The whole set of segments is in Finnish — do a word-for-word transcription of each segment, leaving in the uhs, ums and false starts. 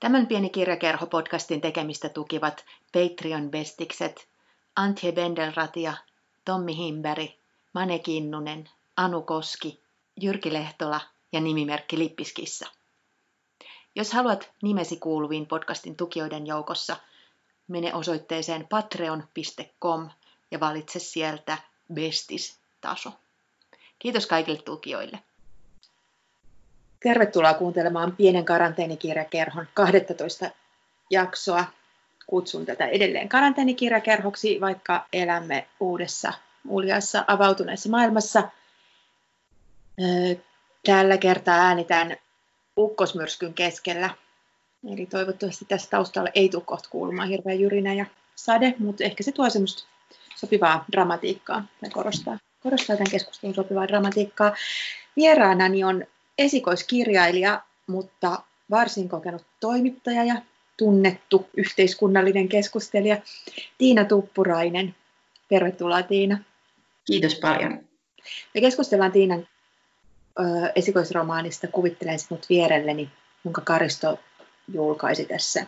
Tämän pieni kirjakerho-podcastin tekemistä tukivat Patreon-bestikset Antje Bendelratia, Tommi Himberg, Mane Kinnunen, Anu Koski, Jyrki Lehtola ja nimimerkki Lippiskissa. Jos haluat nimesi kuuluviin podcastin tukijoiden joukossa, mene osoitteeseen patreon piste com ja valitse sieltä Bestis-taso. Kiitos kaikille tukijoille. Tervetuloa kuuntelemaan pienen karanteenikirjakerhon kahdeksantoista jaksoa. Kutsun tätä edelleen karanteenikirjakerhoksi, vaikka elämme uudessa, uljaassa, avautuneessa maailmassa. Tällä kertaa äänitän ukkosmyrskyn keskellä. Eli toivottavasti tässä taustalla ei tule kohta kuulumaan hirveä jyrinä ja sade, mutta ehkä se tuo semmoista sopivaa dramatiikkaa ja korostaa, korostaa tämän keskustelun sopivaa dramatiikkaa. Vieraanani on esikoiskirjailija, mutta varsin kokenut toimittaja ja tunnettu yhteiskunnallinen keskustelija Tiina Tuppurainen. Tervetuloa, Tiina. Kiitos paljon. Me keskustellaan Tiinan ö, esikoisromaanista Kuvittelen sinut vierelleni, jonka Karisto julkaisi tässä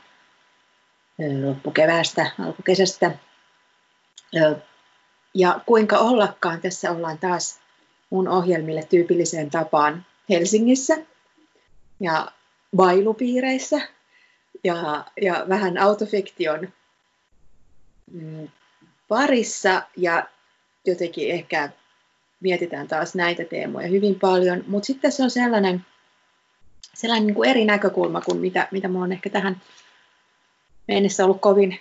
ö, loppukeväästä, alkukesästä. Ö, ja kuinka ollakaan, tässä ollaan taas mun ohjelmille tyypilliseen tapaan Helsingissä ja bailupiireissä ja, ja vähän autofiktion mm, parissa ja jotenkin ehkä mietitään taas näitä teemoja hyvin paljon, mutta sitten tässä on sellainen, sellainen niin kuin eri näkökulma kuin mitä, mitä mulla on ehkä tähän mennessä ollut kovin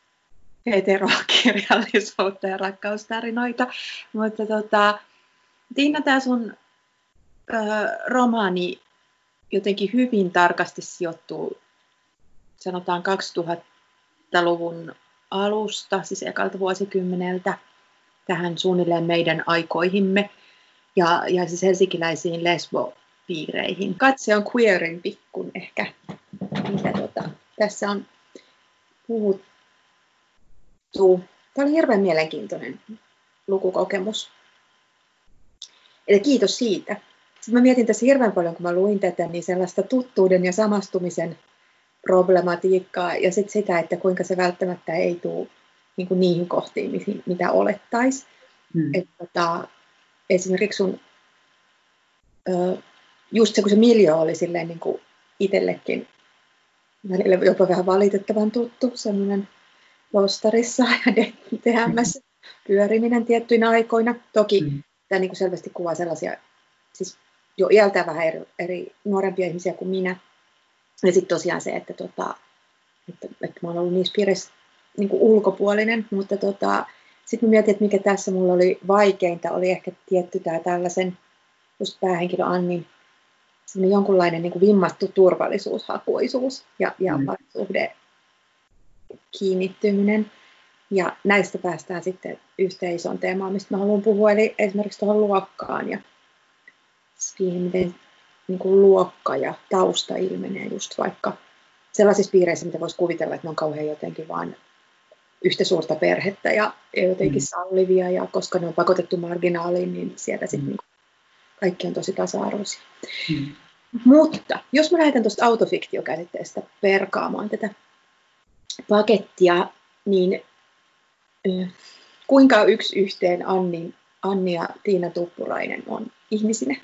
heterokirjallisuutta ja rakkaustarinoita, mutta tota, Tiina, tämä sun ö, romaani jotenkin hyvin tarkasti sijoittuu, sanotaan kaksituhattaluvun alusta, siis ekalta vuosikymmeneltä, tähän suunnilleen meidän aikoihimme, ja, ja siis helsinkiläisiin lesbopiireihin. Katse on queerimpi kuin ehkä, mitä tota, tässä on puhuttu. Tämä oli hirveän mielenkiintoinen lukukokemus. Eli kiitos siitä. Sitten mä mietin tässä hirveän paljon, kun mä luin tätä, niin sellaista tuttuuden ja samastumisen problematiikkaa ja sitten sitä, että kuinka se välttämättä ei tule niin kuin niihin kohtiin, mitä olettaisiin. Hmm. Että, tota, esimerkiksi sun, ö, just se, kun se miljö oli silleen niin kuin itsellekin välillä jopa vähän valitettavan tuttu, semmoinen Lostarissa ja D M:ssä pyöriminen tiettyinä aikoina. Toki hmm. tämä niin kuin selvästi kuvaa sellaisia, siis jo iältään vähän eri, eri nuorempia ihmisiä kuin minä. Ja sitten tosiaan se, että, tota, että, että mä oon ollut niissä piirissä niin kuin ulkopuolinen, mutta tota, sitten mä mietin, että mikä tässä mulla oli vaikeinta, oli ehkä tietty tämä tällaisen just päähenkilö Annin jonkunlainen niin kuin vimmattu turvallisuushakuisuus ja, ja mm. parisuhde kiinnittyminen. Ja näistä päästään sitten yhteen isoon teemaan, mistä mä haluan puhua, eli esimerkiksi tuohon luokkaan ja siihen, miten niin kuin luokka ja tausta ilmenee just vaikka sellaisissa piireissä, mitä voisi kuvitella, että ne on kauhean jotenkin vaan yhtä suurta perhettä ja jotenkin mm. sallivia, ja koska ne on pakotettu marginaaliin, niin sieltä sitten mm. niin kaikki on tosi tasa-arvoisia. Mm. Mutta jos mä lähdetään tuosta autofiktiokäsitteestä perkaamaan tätä pakettia, niin kuinka yksi yhteen Anni, Anni ja Tiina Tuppurainen on ihmisinä?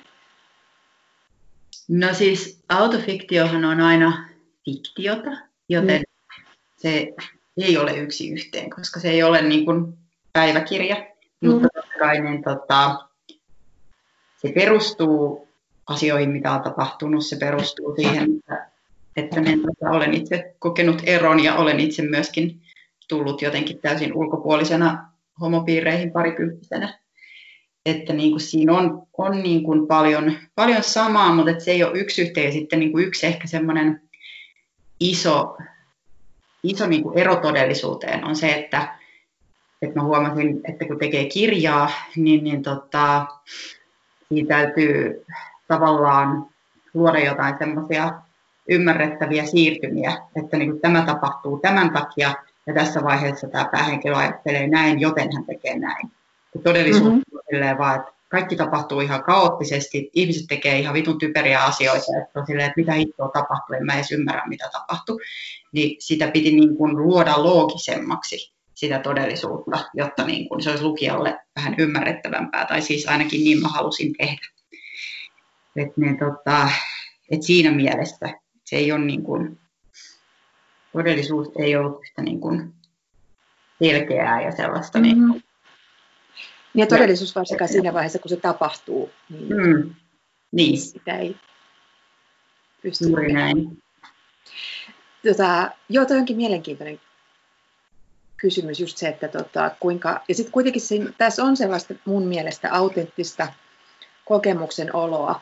No siis autofiktiohan on aina fiktiota, joten mm. se ei ole yksi yhteen, koska se ei ole niin kuin päiväkirja, mm. mutta totta kai niin, tota, se perustuu asioihin, mitä on tapahtunut, se perustuu siihen, että, että minä olen itse kokenut eron ja olen itse myöskin tullut jotenkin täysin ulkopuolisena homopiireihin parikymppisenä. Että niin kuin siinä on, on niin kuin paljon, paljon samaa, mutta että se ei ole yksi yhteen. Ja sitten niin kuin yksi ehkä semmoinen iso, iso niin kuin ero todellisuuteen on se, että, että mä huomasin, että kun tekee kirjaa, niin, niin tota, siinä täytyy tavallaan luoda jotain semmoisia ymmärrettäviä siirtymiä, että niin kuin tämä tapahtuu tämän takia ja tässä vaiheessa tämä päähenkilö ajattelee näin, joten hän tekee näin. Ja todellisuus mm-hmm. on silleen vaan, että kaikki tapahtuu ihan kaoottisesti, ihmiset tekee ihan vitun typeriä asioita, että on silleen, että mitä hittoa tapahtuu, en mä edes ymmärrä, mitä tapahtuu. Niin sitä piti niin kuin luoda loogisemmaksi sitä todellisuutta, jotta niin kuin se olisi lukijalle vähän ymmärrettävämpää, tai siis ainakin niin mä halusin tehdä. Et ne, tota, et siinä mielessä se ei ole niin kuin, todellisuus ei ollut yhtä niin kuin selkeää ja sellaista. Mm-hmm. Niin, ja todellisuus varsinkaan siinä vaiheessa, kun se tapahtuu, niin, mm, niin. sitä ei pysty. Juuri näin. Tota, joo, toi onkin mielenkiintoinen kysymys, just se, että tota, kuinka, ja sitten kuitenkin siinä, tässä on sellaista mun mielestä autenttista kokemuksen oloa,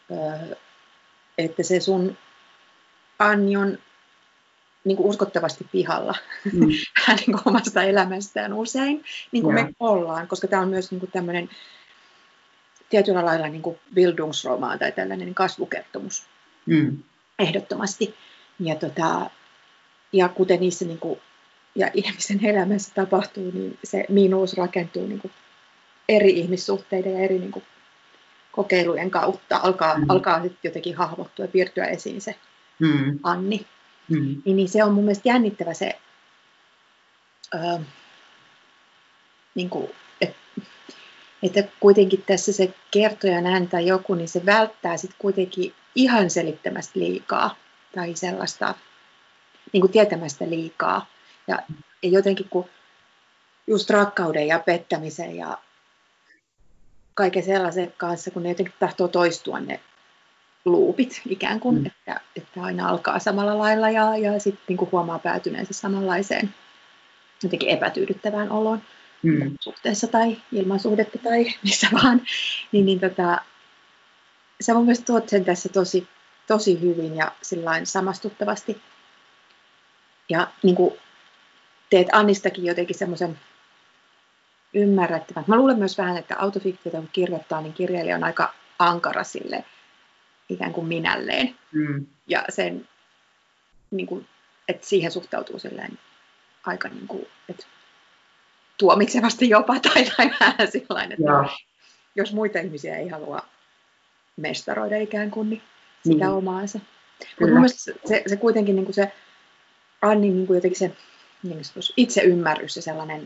että se sun Anni on niin kuin uskottavasti pihalla mm. vähän niin kuin omasta elämästään usein, niin kuin me ollaan, koska tämä on myös niin kuin tämmöinen tietyllä lailla niin kuin Bildungsroman tai tällainen kasvukertomus mm. ehdottomasti. Ja, tota, ja kuten niissä niin kuin, ja ihmisen elämässä tapahtuu, niin se minuus rakentuu niin kuin eri ihmissuhteiden ja eri niin kuin kokeilujen kautta. Alkaa, mm. alkaa sitten jotenkin hahmottua ja piirtyä esiin se mm. Anni. Mm. Niin, niin se on mun mielestä jännittävä se, öö, niin kuin, et, että kuitenkin tässä se kertojan ääni tai joku, niin se välttää sitten kuitenkin ihan selittämästä liikaa tai sellaista niin kuin tietämästä liikaa. Ja, ja jotenkin kun just rakkauden ja pettämisen ja kaiken sellaisen kanssa, kun ne jotenkin tahtoo toistua ne luupit ikään kuin, mm. että, että aina alkaa samalla lailla ja, ja sitten niin kuin huomaa päätyneensä samanlaiseen jotenkin epätyydyttävään oloon mm. suhteessa tai ilman suhdetta tai missä vaan, niin, niin tota, sä mun mielestä tuot sen tässä tosi, tosi hyvin ja sillain samastuttavasti. Ja niin kuin teet Annistakin jotenkin semmoisen ymmärrettävän. Mä luulen myös vähän, että autofiktiota kun kirjoittaa, niin kirjailija on aika ankara sille ikään kuin minälleen. Mm. Ja sen, niin kuin, että siihen suhtautuu silleen aika niin kuin, että tuomitsevasti jopa tai, tai vähän sillain, että ja. Jos muita ihmisiä ei halua mestaroida ikään kuin, niin sitä mm. omaansa. Mutta mun mielestä se, se kuitenkin niin kuin se Annin niin kuin jotenkin se niin itseymmärrys ja sellainen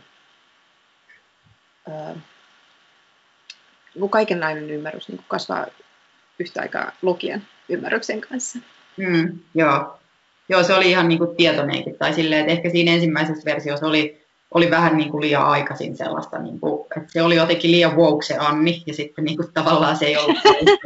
öö, niin kaikenlainen ymmärrys niin kuin kasvaa yhtä aikaa lukijan ymmärryksen kanssa. Mm, joo. joo, se oli ihan niin kuin tietoinenkin. Tai silleen, että ehkä siinä ensimmäisessä versiossa oli, oli vähän niin kuin liian aikaisin sellaista, niin kuin, että se oli jotenkin liian woke se Anni, ja sitten niin kuin tavallaan se ei ollut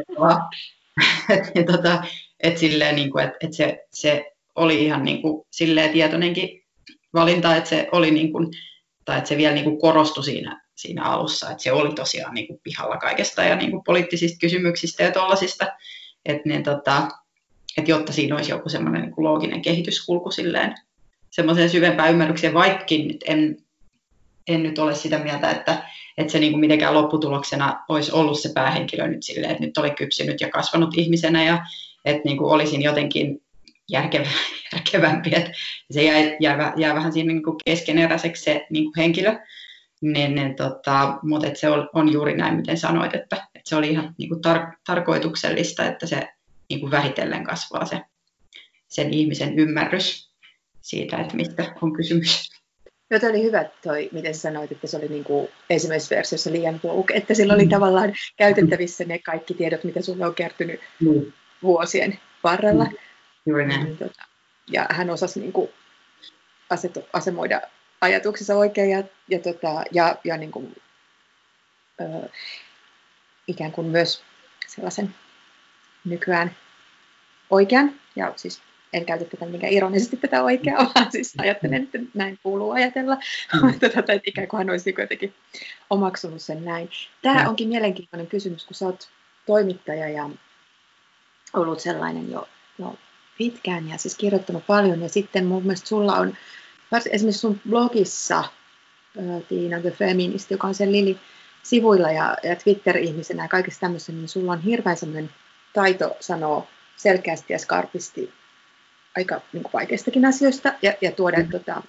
että tota, et silleen, niin kuin, että, että se, se oli ihan niin kuin, silleen tietoinenkin valinta, että se oli niin kuin, tai että se vielä niin kuin korostui siinä, siinä alussa, että se oli tosiaan niin kuin pihalla kaikesta ja niin kuin poliittisista kysymyksistä ja tuollaisista, että, ne, tota, että jotta siinä olisi joku semmoinen niin kuin looginen kehityskulku silleen, semmoiseen syvempään ymmärrykseen, vaikkin nyt en, en nyt ole sitä mieltä, että, että se niin kuin mitenkään lopputuloksena olisi ollut se päähenkilö nyt silleen, että nyt oli kypsynyt ja kasvanut ihmisenä ja että niin kuin olisin jotenkin järkevä, järkevämpi, että se jää, jää, jää vähän siinä niin kuin keskeneräiseksi se niin kuin henkilö, niin, niin, tota, mutta että se on, on juuri näin, miten sanoit, että, että se oli ihan niin kuin tar- tarkoituksellista, että se niin kuin vähitellen kasvaa se, sen ihmisen ymmärrys siitä, että mistä on kysymys. Joo, oli hyvä toi, miten sä sanoit, että se oli niin kuin ensimmäisessä versiossa liian woke, että sillä oli mm. tavallaan käytettävissä ne kaikki tiedot, mitä sulle on kertynyt mm. vuosien varrella. Mm. Juuri näin. Ja hän osasi niin kuin asetu, asemoida ajatuksensa oikein ja, ja, tota, ja, ja niin kuin, ö, ikään kuin myös sellaisen nykyään oikean, ja siis en käytä tätä mikään ironisesti tätä oikeaa, vaan siis ajattelen, että näin kuuluu ajatella, mm. tota, että ikään kuin hän olisi jotenkin omaksunut sen näin. Tämä mm. onkin mielenkiintoinen kysymys, kun sä oot toimittaja ja ollut sellainen jo, jo pitkään ja siis kirjoittanut paljon, ja sitten mun mielestä sulla on, esimerkiksi sun blogissa, Tiina the Feminist, joka on sen Lili-sivuilla ja, ja Twitter-ihmisenä ja kaikessa tämmöisen, niin sulla on hirveän sellainen taito sanoa selkeästi ja skarpisti aika niin kuin vaikeistakin asioista ja, ja tuoda mm. tota,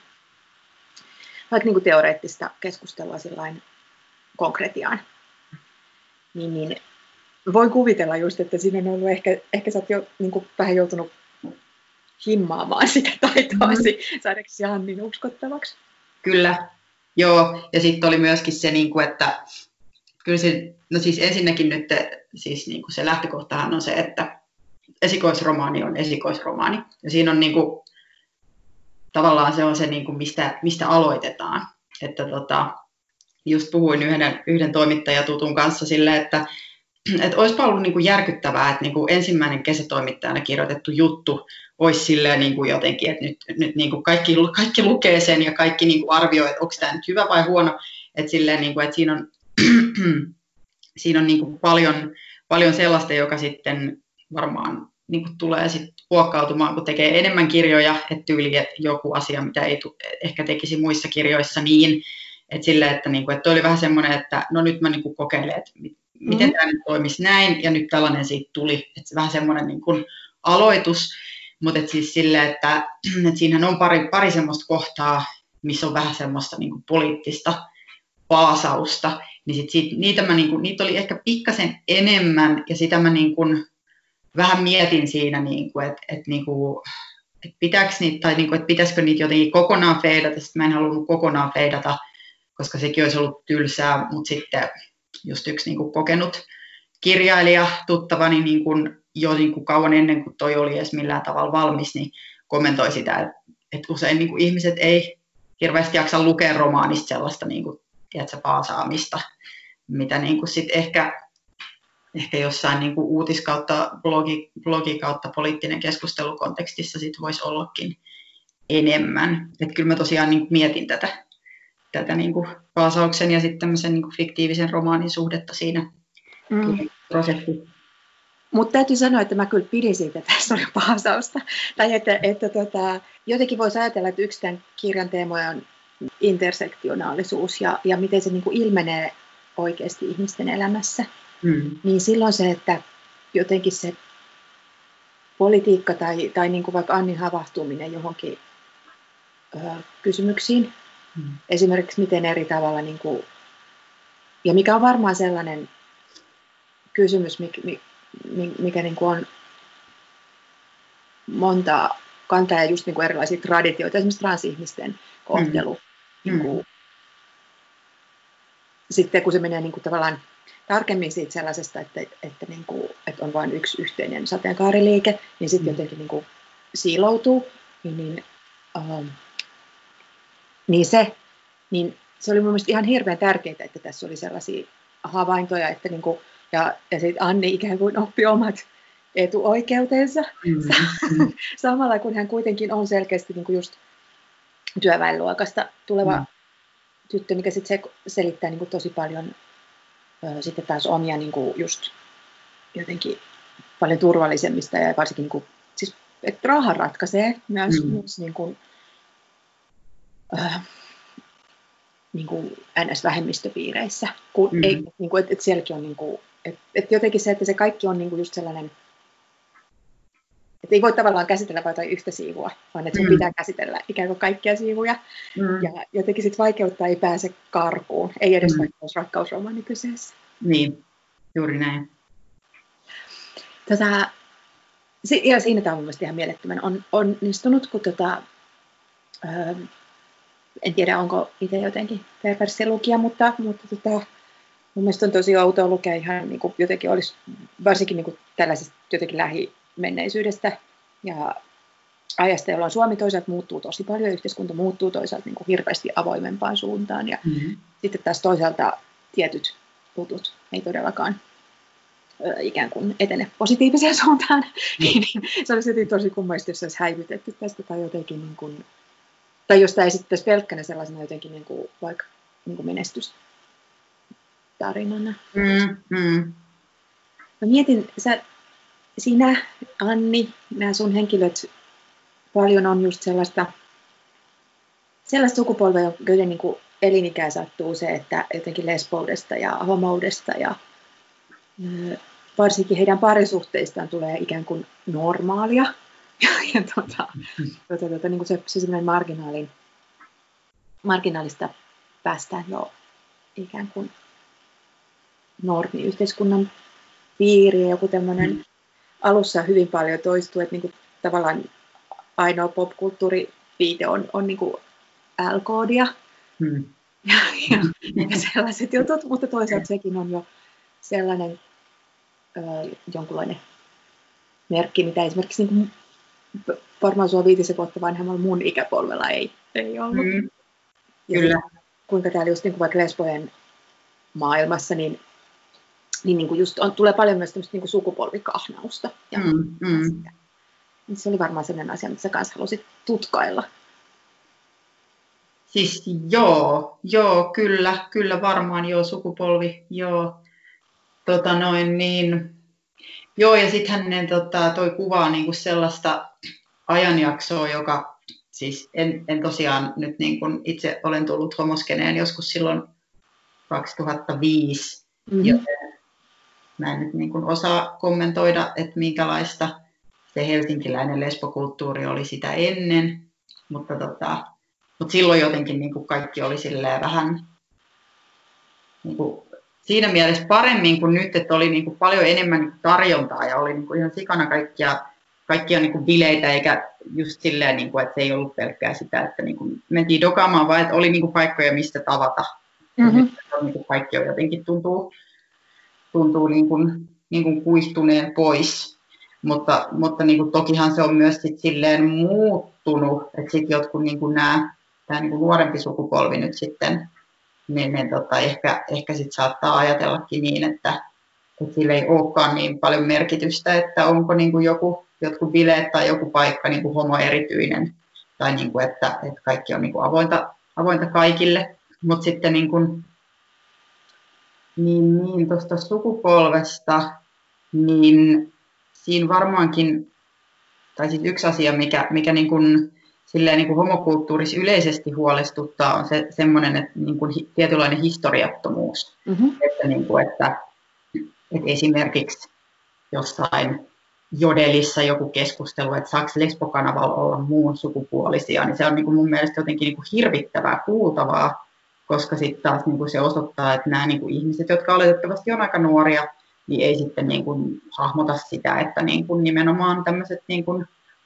vaikka niin kuin teoreettista keskustelua sillain konkretiaan. niin, niin voin kuvitella just, että siinä on ollut ehkä, ehkä sä oot jo niin kuin vähän joutunut himmaamaan sitä taitoasi, mm-hmm. saadaanko Annin uskottavaksi? Kyllä, joo. Ja sitten oli myöskin se, niin kuin, että kyllä se, no siis ensinnäkin nyt siis niin kuin se lähtökohtahan on se, että esikoisromaani on esikoisromaani. Ja siinä on niin kuin, tavallaan se on se, niin kuin mistä, mistä aloitetaan. Että tota, just puhuin yhden, yhden toimittajatutun kanssa silleen, että että olisipa ollut niin kuin järkyttävää, että niin kuin ensimmäinen kesätoimittajana kirjoitettu juttu olisi silleen niin kuin jotenkin, että nyt, nyt niin kuin kaikki, kaikki lukee sen ja kaikki niin kuin arvioi, että onko tämä nyt hyvä vai huono. Että, silleen, niin kuin, että siinä on, siinä on niin kuin paljon, paljon sellaista, joka sitten varmaan niin kuin tulee sitten huokkautumaan, kun tekee enemmän kirjoja, että tyyli että joku asia, mitä ei ehkä tekisi muissa kirjoissa niin. Että silleen, että, niin kuin, että oli vähän semmoinen, että no nyt mä niin kuin kokeilen, että miten mm-hmm. tämä nyt toimisi näin, ja nyt tällainen siitä tuli. Että vähän semmoinen niin kuin aloitus, mutta et siis silleen, että, että siinähän on pari, pari semmoista kohtaa, missä on vähän semmoista niin kuin poliittista paasausta, niin sit siitä, niitä, mä niin kuin, niitä oli ehkä pikkasen enemmän, ja sitä mä niin kuin vähän mietin siinä, niin kuin, että, että, niin kuin, että, pitääkö niitä, tai niin kuin, että pitäisikö niitä jotenkin kokonaan feidata, sitten mä en halunnut kokonaan feidata, koska sekin olisi ollut tylsää, mutta sitten just yksi niin kuin kokenut kirjailija tuttavani niin kuin jo niin kuin kauan ennen kuin toi oli edes millään tavalla valmis, niin kommentoi sitä, että, että usein niin kuin ihmiset ei hirveästi jaksa lukea romaanista sellaista niin kuin, tiedätkö, paasaamista, mitä niin kuin sit ehkä, ehkä jossain niin kuin uutis- kautta blogi, blogi kautta poliittinen keskustelukontekstissa sit voisi ollakin enemmän. Että kyllä mä tosiaan niin kuin mietin tätä. tätä niin kuin paasauksen ja sitten tämmöisen niin kuin fiktiivisen romaanin suhdetta siinä mm. prosessi. Mutta täytyy sanoa, että mä kyllä pidin siitä, että tässä oli paasausta. Tai että, että tota, jotenkin voisi ajatella, että yksi tämän kirjan teemoja on intersektionaalisuus ja, ja miten se niin kuin ilmenee oikeasti ihmisten elämässä. Mm. Niin silloin se, että jotenkin se politiikka tai, tai niin kuin vaikka Annin havahtuminen johonkin ö, kysymyksiin, Hmm. esimerkiksi miten eri tavalla, niin kuin, ja mikä on varmaan sellainen kysymys, mikä, mikä niin kuin on monta kantaa ja just niin kuin erilaisia traditioita, esimerkiksi transihmisten kohtelu. Hmm. Niin kuin, sitten kun se menee niin kuin tavallaan tarkemmin siitä sellaisesta, että, että, niin kuin, että on vain yksi yhteinen sateenkaariliike, niin sitten hmm. jotenkin niin kuin siiloutuu, niin, niin um, Niin se, niin se oli mun mielestä ihan hirveän tärkeää, että tässä oli sellaisia havaintoja, että niinku, ja, ja sitten Anni ikään kuin oppi omat etuoikeutensa, mm-hmm. samalla kun hän kuitenkin on selkeästi niinku just työväenluokasta tuleva mm. tyttö, mikä sitten se selittää niinku tosi paljon ö, sitten taas omia niinku just jotenkin paljon turvallisemmista ja varsinkin niinku, siis, että raha ratkaisee myös, mm. myös niinku, Äh, niin kuin N S-vähemmistöpiireissä, kun mm-hmm. ei, niin kuin, että, että sielläkin on, niin kuin, että, että jotenkin se, että se kaikki on niin kuin just sellainen, että ei voi tavallaan käsitellä vain jotain yhtä siivua, vaan että sun mm-hmm. pitää käsitellä ikään kuin kaikkia siivuja, mm-hmm. ja jotenkin sit vaikeutta ei pääse karkuun, ei edes mm-hmm. vaikka olisi rakkausromaani kyseessä. Niin, juuri näin. Tota, ja siinä tämä on mun mielestä ihan mielettömän on, onnistunut, kun tota, öö, en tiedä, onko itse jotenkin perversi lukija, mutta, mutta tota, mun mielestä on tosi outoa lukea ihan niin kuin jotenkin olisi, varsinkin niin kuin tällaisesta jotenkin lähimenneisyydestä ja ajasta, jolloin Suomi toisaalta muuttuu tosi paljon, yhteiskunta muuttuu toisaalta niin kuin hirveästi avoimempaan suuntaan ja mm-hmm. sitten taas toisaalta tietyt jutut ei todellakaan ö, ikään kuin etene positiiviseen suuntaan. Mm-hmm. Se olisi tosi kummallista, jos se olisi häivytetty tästä tai jotenkin niin kuin tai jos tämä esittäisi pelkkänä sellaisena jotenkin niin kuin, vaikka niin kuin menestystarinana. Mm, mm. Mä mietin, sä, sinä, Anni, nämä sun henkilöt, paljon on just sellaista, sellaista sukupolvea, joiden niin kuin elinikään sattuu se, että jotenkin lesboudesta ja homoudesta ja varsinkin heidän parisuhteistaan tulee ikään kuin normaalia. Ja, ja tuota, tuota, tuota, niin kuin se, se semmoinen marginaalin, marginaalista päästään jo ikään kuin normiyhteiskunnan piiri ja joku tämmöinen mm. alussa hyvin paljon toistuu, että niinku tavallaan ainoa popkulttuuriviite on, on niinku L-koodia mm. ja, ja, ja sellaiset jutut, mutta toisaalta sekin on jo sellainen ö, jonkunlainen merkki, mitä esimerkiksi niin varmaan sua viitisen vuotta vanhemmalla mun ikäpolvella ei, ei ollut. Mm. Kyllä. Sit, kuinka täällä just niin kuin vaikka lesbojen maailmassa, niin, niin, niin kuin just on, tulee paljon myös tämmöistä niin kuin sukupolvikahnausta. Ja mm. Mm. Se oli varmaan sellainen asia, mitä sä kanssa halusit tutkailla. Siis joo, joo, kyllä, kyllä varmaan joo, sukupolvi, joo. Tota noin niin... Joo, ja sitten hänen tota, toi kuvaa niinku sellaista ajanjaksoa, joka, siis en, en tosiaan nyt niin kuin itse olen tullut homoskeneen joskus silloin kaksituhattaviisi, mm-hmm. joten mä en nyt niin kuin osaa kommentoida, että minkälaista se helsinkiläinen lesbokulttuuri oli sitä ennen, mutta, tota, mutta silloin jotenkin niin kuin kaikki oli silleen vähän... Niin kuin, siinä mielessä paremmin kuin nyt, että oli niin kuin paljon enemmän tarjontaa ja oli niin kuin ihan sikana kaikkia, kaikkia niin kuin bileitä, eikä just silleen, niin kuin, että se ei ollut pelkkää sitä, että niin kuin mentiin dokaamaan, vaan että oli niin kuin paikkoja, mistä tavata. Mm-hmm. Nyt niin kuin kaikki on jotenkin tuntuu, tuntuu niin kuin, niin kuin kuihtuneen pois, mutta, mutta niin kuin tokihan se on myös sit silleen muuttunut, että sitten jotkut niin kuin nämä, tämä niin kuin nuorempi sukupolvi nyt sitten, niin, niin tota, ehkä, ehkä sit saattaa ajatellakin niin, että, että sillä ei olekaan niin paljon merkitystä, että onko niin kuin joku, jotkut bileet tai joku paikka niin kuin homoerityinen, tai niin kuin, että, että kaikki on niin kuin avointa, avointa kaikille. Mutta sitten niin kuin, niin, niin tuosta sukupolvesta, niin siinä varmaankin, tai siis yksi asia, mikä, mikä niin kuin, silleen niin kuin homokulttuurissa yleisesti huolestuttaa on se semmoinen, että niin kuin tietynlainen historiattomuus. Mm-hmm. Että, niin kuin, että, että esimerkiksi jossain Jodelissa joku keskustelu, että saako lesbokanavalla olla muun sukupuolisia, niin se on niin kuin mun mielestä jotenkin niin kuin hirvittävää kuultavaa, koska sitten taas niin kuin se osoittaa, että nämä niin kuin ihmiset, jotka oletettavasti on aika nuoria, niin ei sitten niin kuin hahmota sitä, että niin kuin nimenomaan tämmöiset niin kuin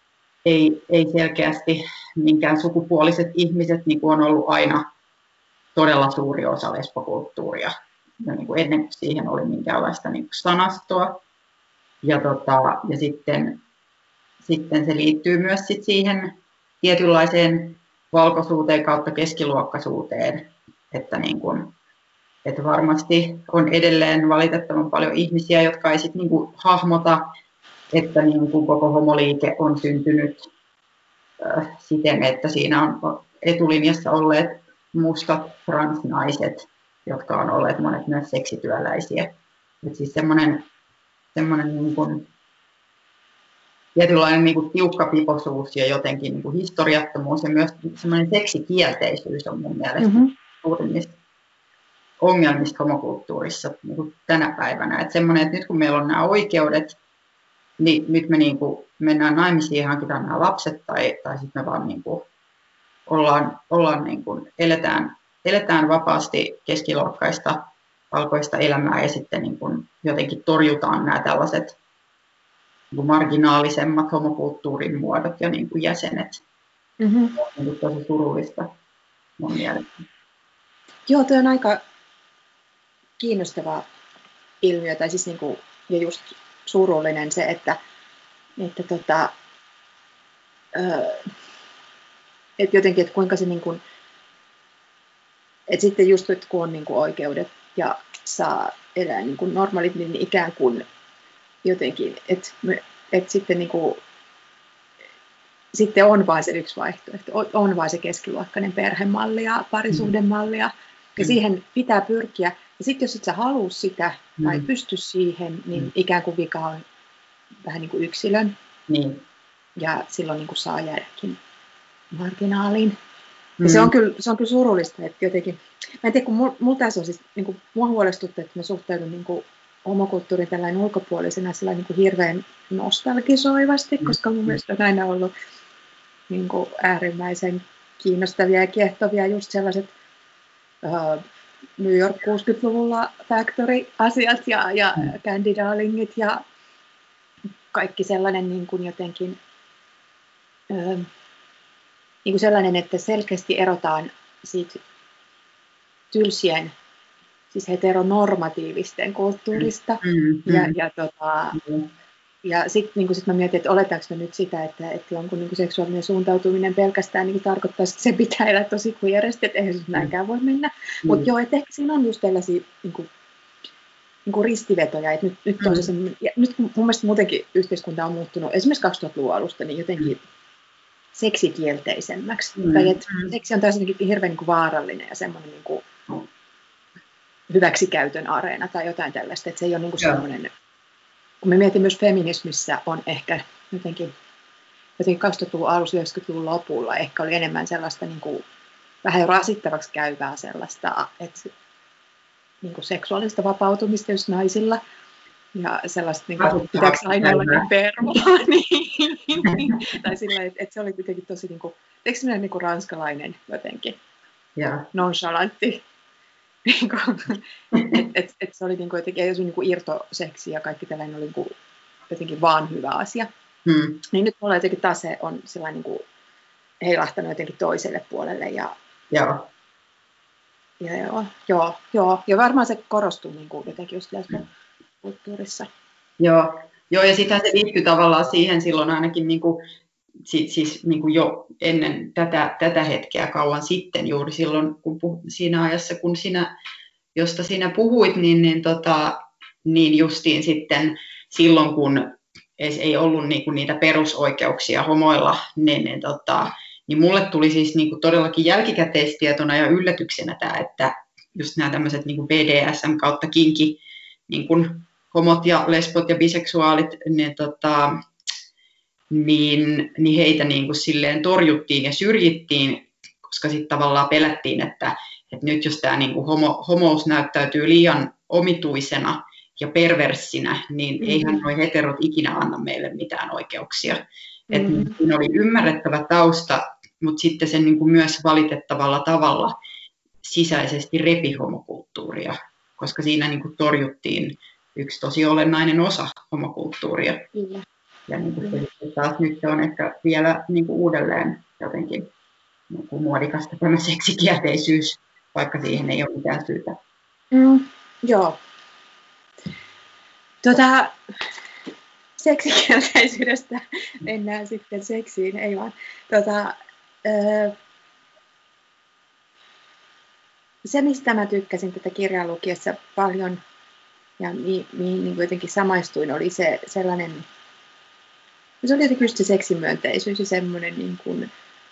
Ei, ei selkeästi minkään sukupuoliset ihmiset niin kuin on ollut aina todella suuri osa lesbokulttuuria. Ja niin kuin ennen kuin siihen oli minkäänlaista niin kuin sanastoa. Ja, tota, ja sitten, sitten se liittyy myös sit siihen tietynlaiseen valkoisuuteen kautta keskiluokkaisuuteen. Että, niin kuin, että varmasti on edelleen valitettavan paljon ihmisiä, jotka ei sit niin kuin hahmota, että niin kuin koko homoliike on syntynyt äh, siten, että siinä on etulinjassa olleet mustat transnaiset, jotka on olleet monet myös seksityöläisiä. Et siis semmoinen, semmoinen niin kuin tietynlainen niin kuin tiukkapipoisuus ja jotenkin niin kuin historiattomuus ja myös semmoinen seksikielteisyys on mun mielestä mm-hmm. suurimmista ongelmista homokulttuurissa niin kuin tänä päivänä. Et semmoinen, että nyt kun meillä on nämä oikeudet, niin nyt me niin kuin mennään naimisiin ja hankitaan nämä lapset, tai, tai sitten me vaan niin kuin ollaan, ollaan niin kuin eletään, eletään vapaasti keskiluokkaista, valkoista elämää, ja sitten niin kuin jotenkin torjutaan nämä tällaiset niin kuin marginaalisemmat homokulttuurin muodot ja niin kuin jäsenet. Mm-hmm. Se on niin kuin tosi surullista mun mielestä. Joo, tuo on aika kiinnostava ilmiö, tai siis niin kuin, ja just surullinen se, että, että, tota, että jotenkin, että kuinka se niin kuin, että sitten just, että kun on niin kuin oikeudet ja saa elää niin kuin normaalit, niin ikään kuin jotenkin, että, että sitten niin kuin, sitten on vain se yksi vaihtoehto, on vain se keskiluokkainen perhemalli ja parisuhdemalli, ja mm. siihen pitää pyrkiä. Ja sitten jos et sä halua sitä mm. tai pysty siihen, niin mm. ikään kuin vika on vähän niin kuin yksilön. Mm. Ja silloin niin kuin saa jäädäkin marginaaliin. Mm. Ja se on, kyllä, se on kyllä surullista, että jotenkin, mä en tiedä, kun mulla mul tässä on siis, niin kuin, mua huolestuttaa, että mä suhtaudun niin kuin homokulttuurin tällainen ulkopuolisena sellainen niin kuin hirveän nostalgisoivasti, mm. koska mun mielestä on aina ollut niin kuin äärimmäisen kiinnostavia ja kiehtovia just sellaiset uh, New York kuusikymmentäluvulla Factory-asiat ja, ja mm. Candy Darlingit ja kaikki sellainen niin kuin jotenkin ö, niin kuin sellainen, että selkeästi erotaan siitä tylsien, siis heteronormatiivisten kulttuurista. Mm, ja, mm. ja, tota, mm. ja sitten niin sit mä mietin, että oletaanko me nyt sitä, että, että jonkun niin kuin seksuaalinen suuntautuminen pelkästään niin tarkoittaa, että se pitää elää tosi queeresti, että eihän se näinkään voi mennä. Mm. Mutta joo, että ehkä siinä on just tällaisia niin kuin, niin kuin ristivetoja. Että nyt, nyt, on se mm. ja nyt mun mielestä muutenkin yhteiskunta on muuttunut, esimerkiksi kaksituhattaluvun alusta, niin jotenkin mm. seksikielteisemmäksi. Mm. Tai että mm. seksi on taas hirveän niin kuin vaarallinen ja semmoinen niin kuin hyväksikäytön areena tai jotain tällaista. Että se ei ole niin kuin semmoinen, kun me mietin myös feminismissä on ehkä jotenkin, jotenkin kaksituhattaluvun alussa, yhdeksänkymmentäluvun lopulla ehkä oli enemmän sellaista niin kuin, vähän jo rasittavaksi käyvää sellaista, että niin kuin seksuaalista vapautumista just naisilla. Ja sellaista, niin kuin, pitääkö aina olla niin pervoa, niin, tai sillä, että, että se oli jotenkin tosi, niin kuin, eikö semmoinen niin kuin ranskalainen jotenkin, yeah. nonchalantti, niin että et, et se oli niin kuin, jotenkin, ei se niin kuin irtoseksi ja kaikki tällainen oli niin kuin, jotenkin vaan hyvä asia. Hmm. Niin nyt mulla jotenkin taas se on sellainen niin kuin, heilahtanut jotenkin toiselle puolelle. Ja, yeah. ja joo, joo, joo, ja varmaan se korostuu niin kuin, jotenkin just lesbon kulttuurissa. Joo, joo, ja sitähän se liittyy tavallaan siihen silloin ainakin niin kuin, siis, siis niin kuin jo ennen tätä, tätä hetkeä kauan sitten, juuri silloin kun puh, siinä ajassa, kun sinä, josta sinä puhuit, niin, niin, tota, niin justiin sitten silloin, kun ei ollut niin kuin niitä perusoikeuksia homoilla, niin, niin, tota, niin mulle tuli siis niin kuin todellakin jälkikäteistietona ja yllätyksenä tämä, että just nämä tämmöiset niin kuin B D S M kautta kinki, niin kuin homot ja lesbot ja biseksuaalit, niin, tota, niin, niin heitä niin kuin silleen torjuttiin ja syrjittiin, koska sitten tavallaan pelättiin, että, että nyt jos tämä niin kuin homo, homous näyttäytyy liian omituisena ja perverssinä, niin mm-hmm. eihän nuo heterot ikinä anna meille mitään oikeuksia. Mm-hmm. Että siinä oli ymmärrettävä tausta, mutta sitten se niin kuin myös valitettavalla tavalla sisäisesti repi homokulttuuria, koska siinä niin kuin torjuttiin yksi tosi olennainen osa homokulttuuria. Mm. Ja niin kuin se, taas nyt se on ehkä vielä niin kuin uudelleen jotenkin niin kuin muodikasta tämä seksikielteisyys, vaikka siihen ei ole mitään syytä. Mm, joo. Tota, seksikielteisyydestä mennään sitten seksiin, ei vaan. Tota, öö, se, mistä mä tykkäsin tätä kirjaa lukiessa paljon, ja mihin niin jotenkin samaistuin, oli se sellainen, se oli jotenkin just se seksimyönteisyys ja semmoinen niin kuin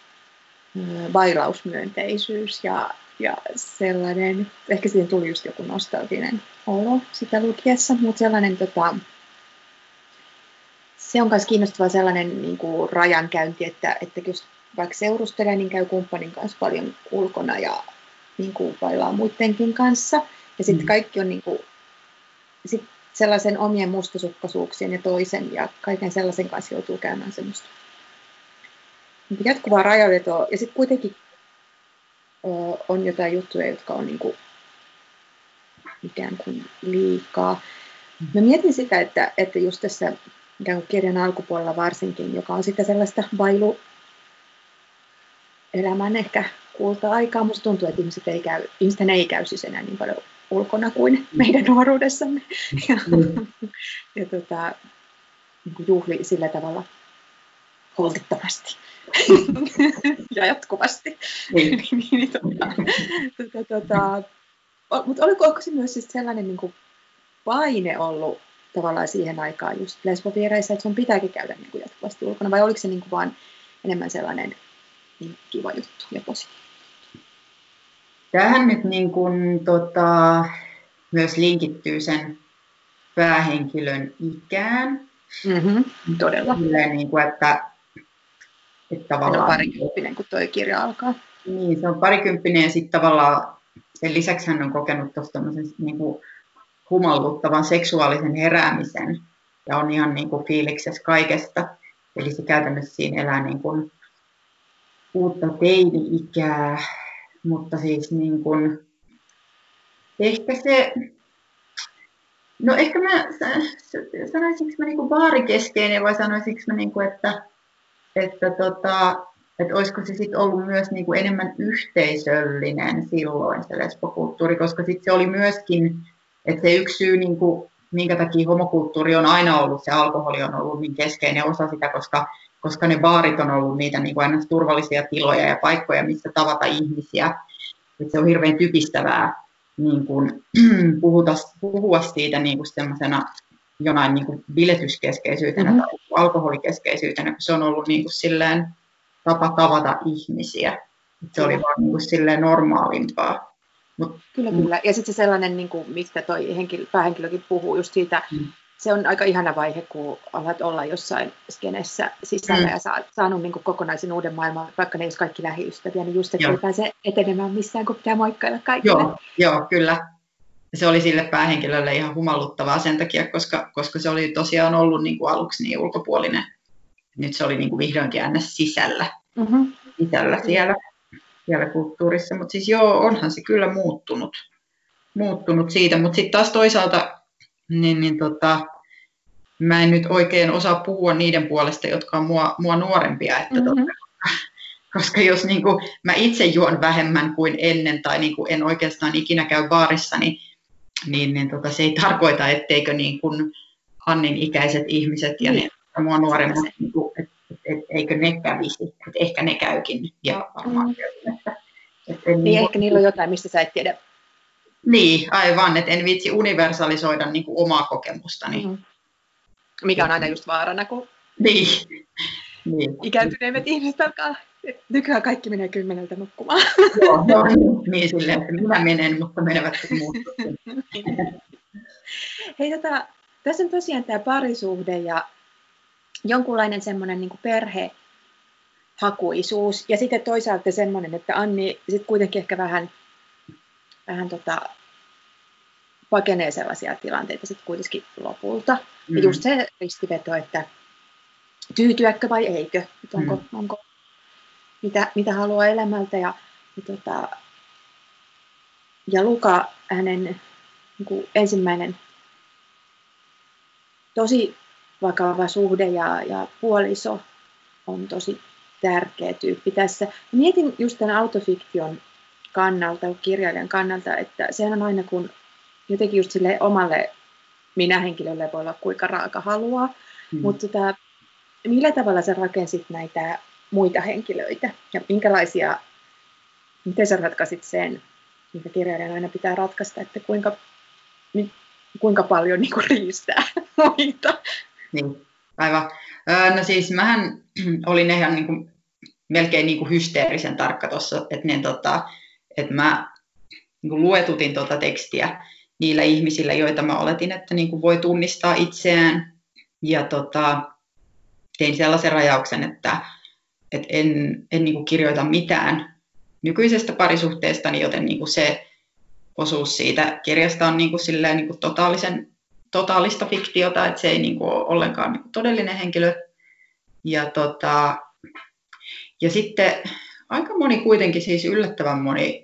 bailausmyönteisyys ja, ja sellainen, ehkä siihen tuli just joku nostalginen olo sitä lukiessa, mutta sellainen, tota, se on myös kiinnostava sellainen niin kuin rajankäynti, että, että jos vaikka seurustelee, niin käy kumppanin kanssa paljon ulkona ja niin kuin bailaa muidenkin kanssa, ja sitten kaikki on niin kuin sit sellaisen omien mustasukkaisuuksien ja toisen ja kaiken sellaisen kanssa joutuu käymään semmoista jatkuvaa rajavetoa. Ja sitten kuitenkin ö, on jotain juttuja, jotka on niinku ikään kuin liikaa. Mä mietin sitä, että, että just tässä ikään kuin kirjan alkupuolella varsinkin, joka on sitten sellaista bailu elämän ehkä kulta-aikaa. Musta tuntuu, että ihmiset ei käy, ihmisten ei käy siis enää niin paljon ulkona kuin meidän nuoruudessamme. Ja, mm. ja tota, niin kuin juhli sillä tavalla holtittomasti ja jatkuvasti. Mm. niin, tota, tota, tota, mutta oliko, oliko se myös siis sellainen niin kuin paine ollut tavallaan siihen aikaan just lesbopiireissä, että sun pitääkin käydä niin kuin jatkuvasti ulkona, vai oliko se niin kuin vaan enemmän sellainen niin kiva juttu ja positiivinen? Tähän nyt niin kuin, tota, myös linkittyy sen päähenkilön ikään. Mm-hmm, todella. Silleen, niin kuin, että, että tavallaan, hän on parikymppinen, kun tuo kirja alkaa. Niin, se on parikymppinen ja sitten tavallaan sen lisäksi hän on kokenut tuosta niin kuin humalluttavan seksuaalisen heräämisen ja on ihan niin kuin fiiliksessä kaikesta. Eli se käytännössä siinä elää niin kuin uutta teini-ikää. Mutta siis niin kuin, ehkä se, no ehkä mä, sanoisinko mä niinku baarikeskeinen vai sanoisinko mä niinku, että, että tota, että olisiko se sitten ollut myös niinku enemmän yhteisöllinen silloin se lesbokulttuuri, koska sitten se oli myöskin, että se yksi syy, niinku, minkä takia homokulttuuri on aina ollut, se alkoholi on ollut niin keskeinen osa sitä, koska, koska ne baarit on ollut niitä niinku aina turvallisia tiloja ja paikkoja, missä tavata ihmisiä. Et se on hirveän typistävää niin kun, puhuta, puhua siitä niin semmoisena jonain niin biletyskeskeisyytenä mm-hmm. tai alkoholikeskeisyytenä, kun se on ollut niin silleen tapa tavata ihmisiä. Se oli vaan niin silleen normaalimpaa. Mut, kyllä, mm. kyllä. Ja sitten se sellainen, niin kuin, mistä toi henkilö, päähenkilökin puhuu, just siitä, mm. se on aika ihana vaihe, kun alat olla jossain skenessä sisällä mm. ja saat saanut niin kuin kokonaisen uuden maailman, vaikka ne ei olisi kaikki lähiystäviä, niin just, että ei pääse etenemään missään, kun pitää moikkailla kaikille. Joo, joo, kyllä. Se oli sille päähenkilölle ihan humalluttavaa sen takia, koska, koska se oli tosiaan ollut niin kuin aluksi niin ulkopuolinen. Nyt se oli niin kuin vihdoinkin aina sisällä, mm-hmm. sisällä siellä, siellä kulttuurissa. Mutta siis joo, onhan se kyllä muuttunut, muuttunut siitä. Mutta sitten taas toisaalta niin, niin tota, mä en nyt oikein osaa puhua niiden puolesta, jotka on mua, mua nuorempia. Että mm-hmm. totta, koska jos niin kuin, mä itse juon vähemmän kuin ennen tai niin kuin en oikeastaan ikinä käy baarissa, niin niin, niin tota, se ei tarkoita, etteikö niin kuin Annin ikäiset ihmiset ja niin. ne mua nuoremmat, niin kuin, et, et, et, eikö ne kävisi, että ehkä ne käykin ja varmaan mm. käy. Että, et niin, niin ehkä niillä on jotain, mistä sä et tiedä. Niin, aivan, että en viitsi universalisoida niin kuin omaa kokemustani. Mm. Mikä on aina just vaarana, kun niin. Niin. ikääntyneemmät ihmiset alkaa, nykyään kaikki menee kymmeneltä nukkumaan. Joo, no, niin, niin silleen, että minä menen, mutta menevät muut. Hei, tota, tässä on tosiaan tämä parisuhde ja jonkunlainen semmoinen niin kuin perhehakuisuus. Ja sitten toisaalta semmoinen, että Anni sitten kuitenkin ehkä vähän, vähän tota, pakenee sellaisia tilanteita sitten kuitenkin lopulta. Mm. Ja just se ristiveto, että tyytyäkö vai eikö, että onko, mm. onko mitä, mitä haluaa elämältä. Ja, ja, tota, ja Luka, hänen niin kuin ensimmäinen tosi vakava suhde ja, ja puoliso on tosi tärkeä tyyppi tässä. Mietin just tämän autofiktion kannalta, kirjailijan kannalta, että sehän on aina kun jotenkin just sille omalle minä-henkilölle voi olla kuinka raaka haluaa, mm. mutta tota, millä tavalla sä rakensit näitä muita henkilöitä ja minkälaisia, miten sä ratkaisit sen, minkä kirjailijan aina pitää ratkaista, että kuinka, kuinka paljon niin kuin riistää muita? Niin, aivan. No siis mähän olin ihan niin kuin, melkein niin kuin hysteerisen tarkka tuossa, että, niin, tota, että mä niin kuin luetutin tuota tekstiä niillä ihmisillä, joita mä oletin, että niin kuin voi tunnistaa itseään. Ja tota, tein sellaisen rajauksen, että, että en, en niin kuin kirjoita mitään nykyisestä parisuhteestani, joten niin kuin se osuus siitä kirjasta on niin kuin silleen, niin kuin totaalisen, totaalista fiktiota, että se ei niin kuin ole ollenkaan niin kuin todellinen henkilö. Ja, tota, ja sitten aika moni kuitenkin, siis yllättävän moni,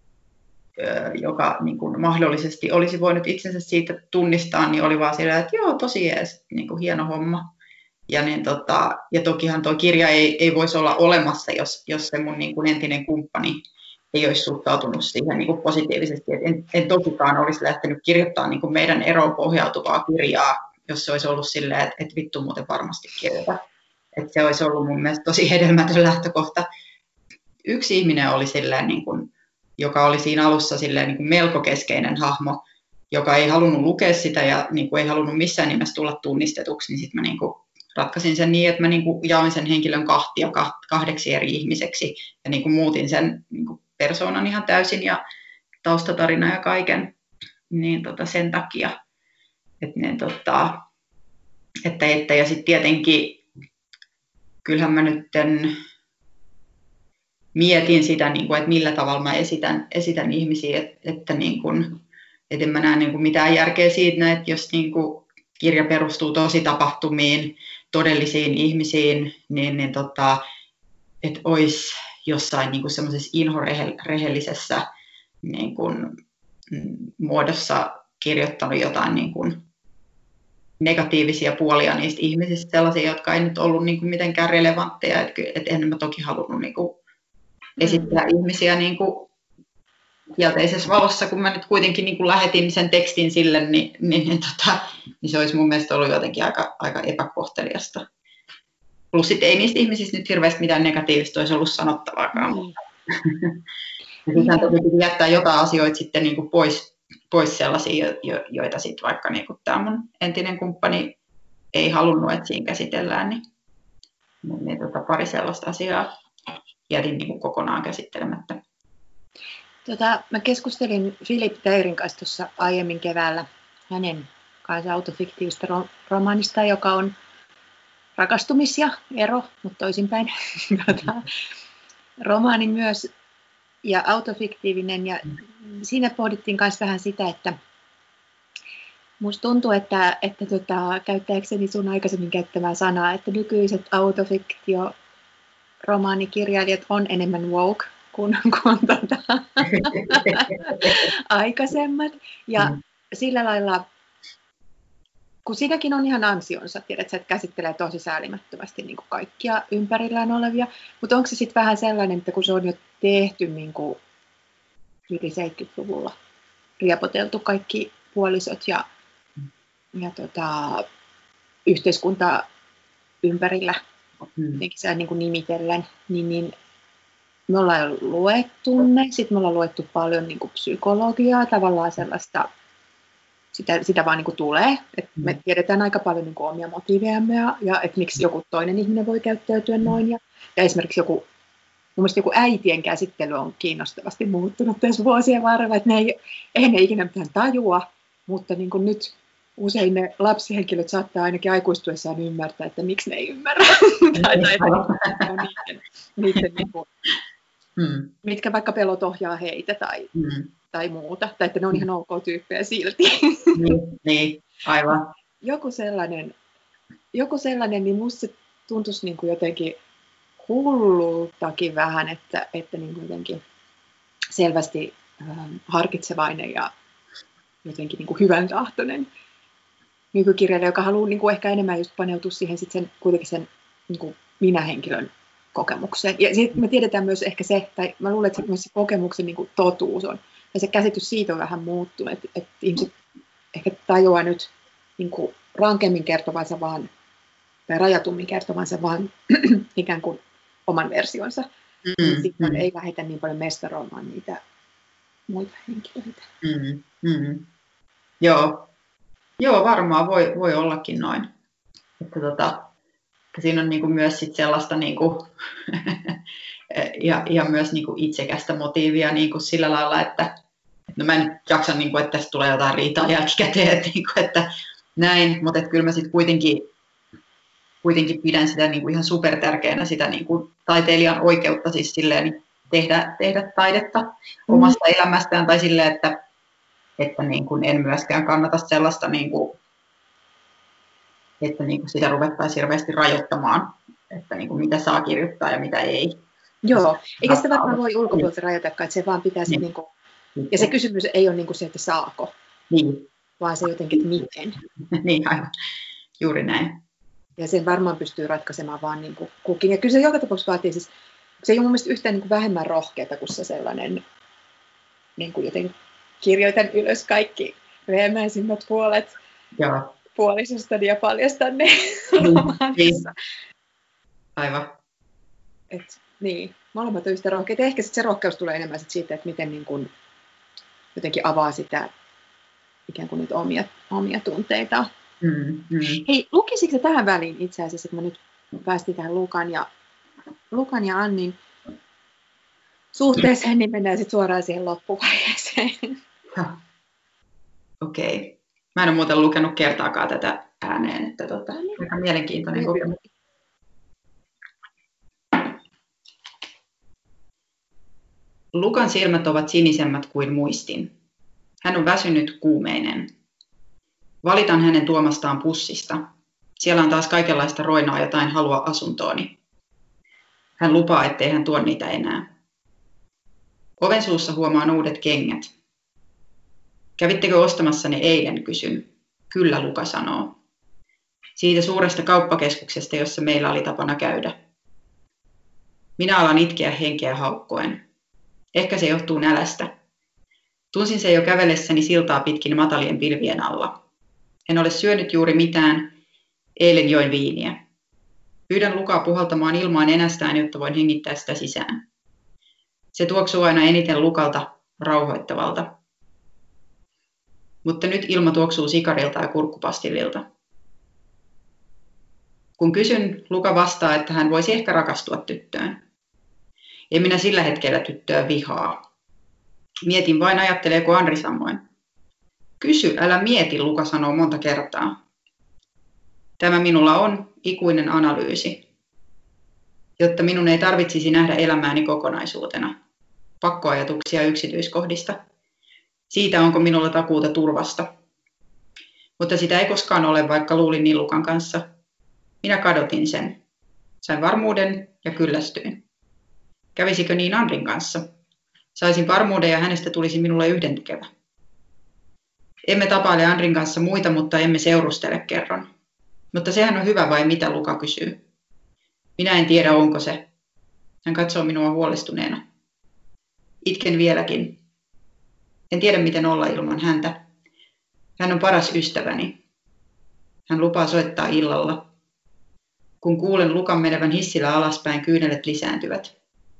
joka niin kuin mahdollisesti olisi voinut itsensä siitä tunnistaa, niin oli vaan sillä, että joo, tosi jees, niin kuin hieno homma. Ja, niin, tota, ja tokihan tuo kirja ei, ei voisi olla olemassa, jos, jos se mun niin kuin entinen kumppani ei olisi suhtautunut siihen niin kuin positiivisesti. Et en, en tokikaan olisi lähtenyt kirjoittamaan niin kuin meidän eroon pohjautuvaa kirjaa, jos se olisi ollut silleen, että, että vittu muuten varmasti kirjoita. Että se olisi ollut mun mielestä tosi hedelmätön lähtökohta. Yksi ihminen oli silleen, niin kuin, joka oli siinä alussa silleen, niin kuin melko keskeinen hahmo, joka ei halunnut lukea sitä ja niin kuin ei halunnut missään nimessä tulla tunnistetuksi, niin sitten mä niin kuin ratkaisin sen niin, että mä niin kuin jaoin sen henkilön kahtia kahdeksi eri ihmiseksi ja niin kuin muutin sen niin kuin persoonan ihan täysin ja taustatarina ja kaiken niin tota sen takia. Että, ne, tota, että, että ja sitten tietenkin kyllähän mä nyt mietin sitä, niin kuin, että millä tavalla mä esitän, esitän ihmisiä, että, että, niin kuin, että en mä näe niin kuin mitään järkeä siitä, että jos niin kuin kirja perustuu tositapahtumiin, todellisiin ihmisiin, niin, niin tota, että olisi jossain niin kuin semmoisessa inhorehellisessä niin kuin muodossa kirjoittanut jotain niin kuin negatiivisia puolia niistä ihmisistä, sellaisia, jotka ei nyt ollut niin kuin mitenkään relevantteja. Että et en mä toki halunnut niin kuin esittää mm. ihmisiä niin kuin kielteisessä valossa, kun mä nyt kuitenkin niin kuin lähetin sen tekstin sille, niin, niin, niin, tota, niin se olisi mun mielestä ollut jotenkin aika, aika epäkohteliasta. Plus sitten ei niistä ihmisistä nyt hirveästi mitään negatiivista olisi ollut sanottavaakaan. Mm. Ja sitten toki piti jättää jotain asioita sitten niin kuin pois, pois sellaisia, jo, joita sitten vaikka niin kuin tämä mun entinen kumppani ei halunnut, että siinä käsitellään, niin, niin, niin tota, pari sellaista asiaa jätin niin kuin kokonaan käsittelemättä. Tota, mä keskustelin Philip Teirin kanssa tuossa aiemmin keväällä hänen kanssa autofiktiivistä ro- romaanista, joka on rakastumis- ja ero, mutta toisinpäin. Romaani myös ja autofiktiivinen. Ja siinä pohdittiin myös vähän sitä, että musta tuntuu, että, että tota, käyttääkseni sun aikaisemmin käyttämää sanaa, että nykyiset autofiktio-romaanikirjailijat on enemmän woke kuin, kuin tota, aikaisemmat. Ja mm. sillä lailla, kun siinäkin on ihan ansionsa, tiedät, että käsittelee tosi säälimättömästi niin kuin kaikkia ympärillään olevia, mutta onko se sitten vähän sellainen, että kun se on jo tehty niin kuin yli seitsemänkymmentäluvulla, riepoteltu kaikki puolisot ja, ja tota, yhteiskunta ympärillä, mm. jotenkin niin kuin nimitellen, niin, niin me ollaan jo luettu ne, sitten me ollaan luettu paljon niin kuin psykologiaa, tavallaan sellaista, sitä, sitä vaan niin kuin tulee, että me tiedetään aika paljon niin kuin omia motiivejamme ja, ja että miksi joku toinen ihminen voi käyttäytyä noin. Ja, ja esimerkiksi joku, mun mielestä joku äitien käsittely on kiinnostavasti muuttunut tässä vuosien varrella, että ne ei, eihän ne ikinä mitään tajua, mutta niin kuin nyt usein ne lapsihenkilöt saattaa ainakin aikuistuessaan ymmärtää, että miksi ne ei ymmärrä. tai, tai että niiden, niiden niin kuin, Hmm. mitkä vaikka pelot ohjaa heitä tai, hmm. tai muuta, tai että ne on ihan ok tyyppejä silti. Niin, niin, aivan. Joku sellainen, joku sellainen, niin musta se tuntuisi niin kuin jotenkin hullultakin vähän, että, että niin kuin jotenkin selvästi ähm, harkitsevainen ja jotenkin niin kuin hyvän tahtoinen nykykirjailija, joka haluaa niin kuin ehkä enemmän just paneutua siihen sit sen, kuitenkin sen niin kuin minä-henkilön kokemukseen. Ja sitten me tiedetään myös ehkä se, tai mä luulen, että myös se kokemuksen niin kuin totuus on, ja se käsitys siitä on vähän muuttunut, että, että ihmiset ehkä tajuaa nyt niin kuin rankemmin kertovansa vaan, tai rajatummin kertovansa vaan ikään kuin oman versionsa. Mm, sitten mm. ei lähdetä niin paljon mestaroimaan niitä muita henkilöitä. Mm, mm. Joo. Joo, varmaan voi, voi ollakin noin. Että tota, siinä on niinku myös sit sellaista niinku ja, ja myös niinku itsekästä motiivia niinku sillä lailla, että no mä en jaksa, niinku, että tästä tulee jotain riitaa jälkikäteen, että, niinku, että näin, mutta kyllä mä sitten kuitenkin, kuitenkin pidän sitä niinku ihan supertärkeänä sitä niinku taiteilijan oikeutta siis silleen, tehdä, tehdä taidetta mm. omasta elämästään tai silleen, että, että niinku en myöskään kannata sellaista niinku, että niinku sitä ruvettaisiin hirveästi rajoittamaan, että niinku mitä saa kirjoittaa ja mitä ei. Joo, eikä sitä varmaan voi ulkopuolelta rajoitakaan, että se vaan pitää niin. Niinku, ja se kysymys ei ole niinku se, että saako, niin. vaan se jotenkin, että miten. Niin, aivan. Juuri näin. Ja sen varmaan pystyy ratkaisemaan vaan niinku kukin. Ja kyllä se joka tapauksessa vaatii siis, se ei ole mun mielestä yhtään niinku vähemmän rohkeata kuin se sellainen, niinku joten kirjoitan ylös kaikki veemäisimmät puolet. Joo. Puolisostani ja paljastan ne niin, romaanissa. Aivan. Et, niin, molemmat on yhtä rohkeita. Ehkä sit se rohkeus tulee enemmän sit siitä, että miten niin kun jotenkin avaa sitä ikään kuin niitä omia, omia tunteita. Mm, mm. Hei, lukisitko tähän väliin itse asiassa, että mä nyt päästiin tähän Lukan ja, Lukan ja Annin suhteeseen, niin mennään sitten suoraan siihen loppuvaiheeseen. Okei. Okay. Mä en ole muuten lukenut kertaakaan tätä ääneen, että tota, aika mielenkiintoinen kokemus. Lukan silmät ovat sinisemmät kuin muistin. Hän on väsynyt kuumeinen. Valitan hänen tuomastaan pussista. Siellä on taas kaikenlaista roinaa jotain halua asuntooni. Hän lupaa, ettei hän tuo niitä enää. Oven suussa huomaan uudet kengät. Kävittekö ostamassa ne eilen, kysyn. Kyllä, Luka sanoo. Siitä suuresta kauppakeskuksesta, jossa meillä oli tapana käydä. Minä alan itkeä henkeä haukkoen. Ehkä se johtuu nälästä. Tunsin se jo kävellessäni siltaa pitkin matalien pilvien alla. En ole syönyt juuri mitään. Eilen join viiniä. Pyydän Lukaa puhaltamaan ilmaan enästään, jotta voin hengittää sitä sisään. Se tuoksuu aina eniten Lukalta, rauhoittavalta. Mutta nyt ilma tuoksuu sikarilta ja kurkkupastillilta. Kun kysyn, Luka vastaa, että hän voisi ehkä rakastua tyttöön. En minä sillä hetkellä tyttöä vihaa. Mietin vain, ajatteleeko Andri samoin. Kysy, älä mieti, Luka sanoo monta kertaa. Tämä minulla on ikuinen analyysi, jotta minun ei tarvitsisi nähdä elämääni kokonaisuutena. Pakkoajatuksia yksityiskohdista. Siitä, onko minulla takuuta turvasta. Mutta sitä ei koskaan ole, vaikka luulin niin Lukan kanssa. Minä kadotin sen. Sain varmuuden ja kyllästyin. Kävisikö niin Andrin kanssa? Saisin varmuuden ja hänestä tulisi minulle yhdentekevä. Emme tapaile Andrin kanssa muita, mutta emme seurustele, kerron. Mutta sehän on hyvä vai mitä, Luka kysyy. Minä en tiedä, onko se. Hän katsoo minua huolestuneena. Itken vieläkin. En tiedä, miten olla ilman häntä. Hän on paras ystäväni. Hän lupaa soittaa illalla. Kun kuulen Lukan menevän hissillä alaspäin, kyynelet lisääntyvät.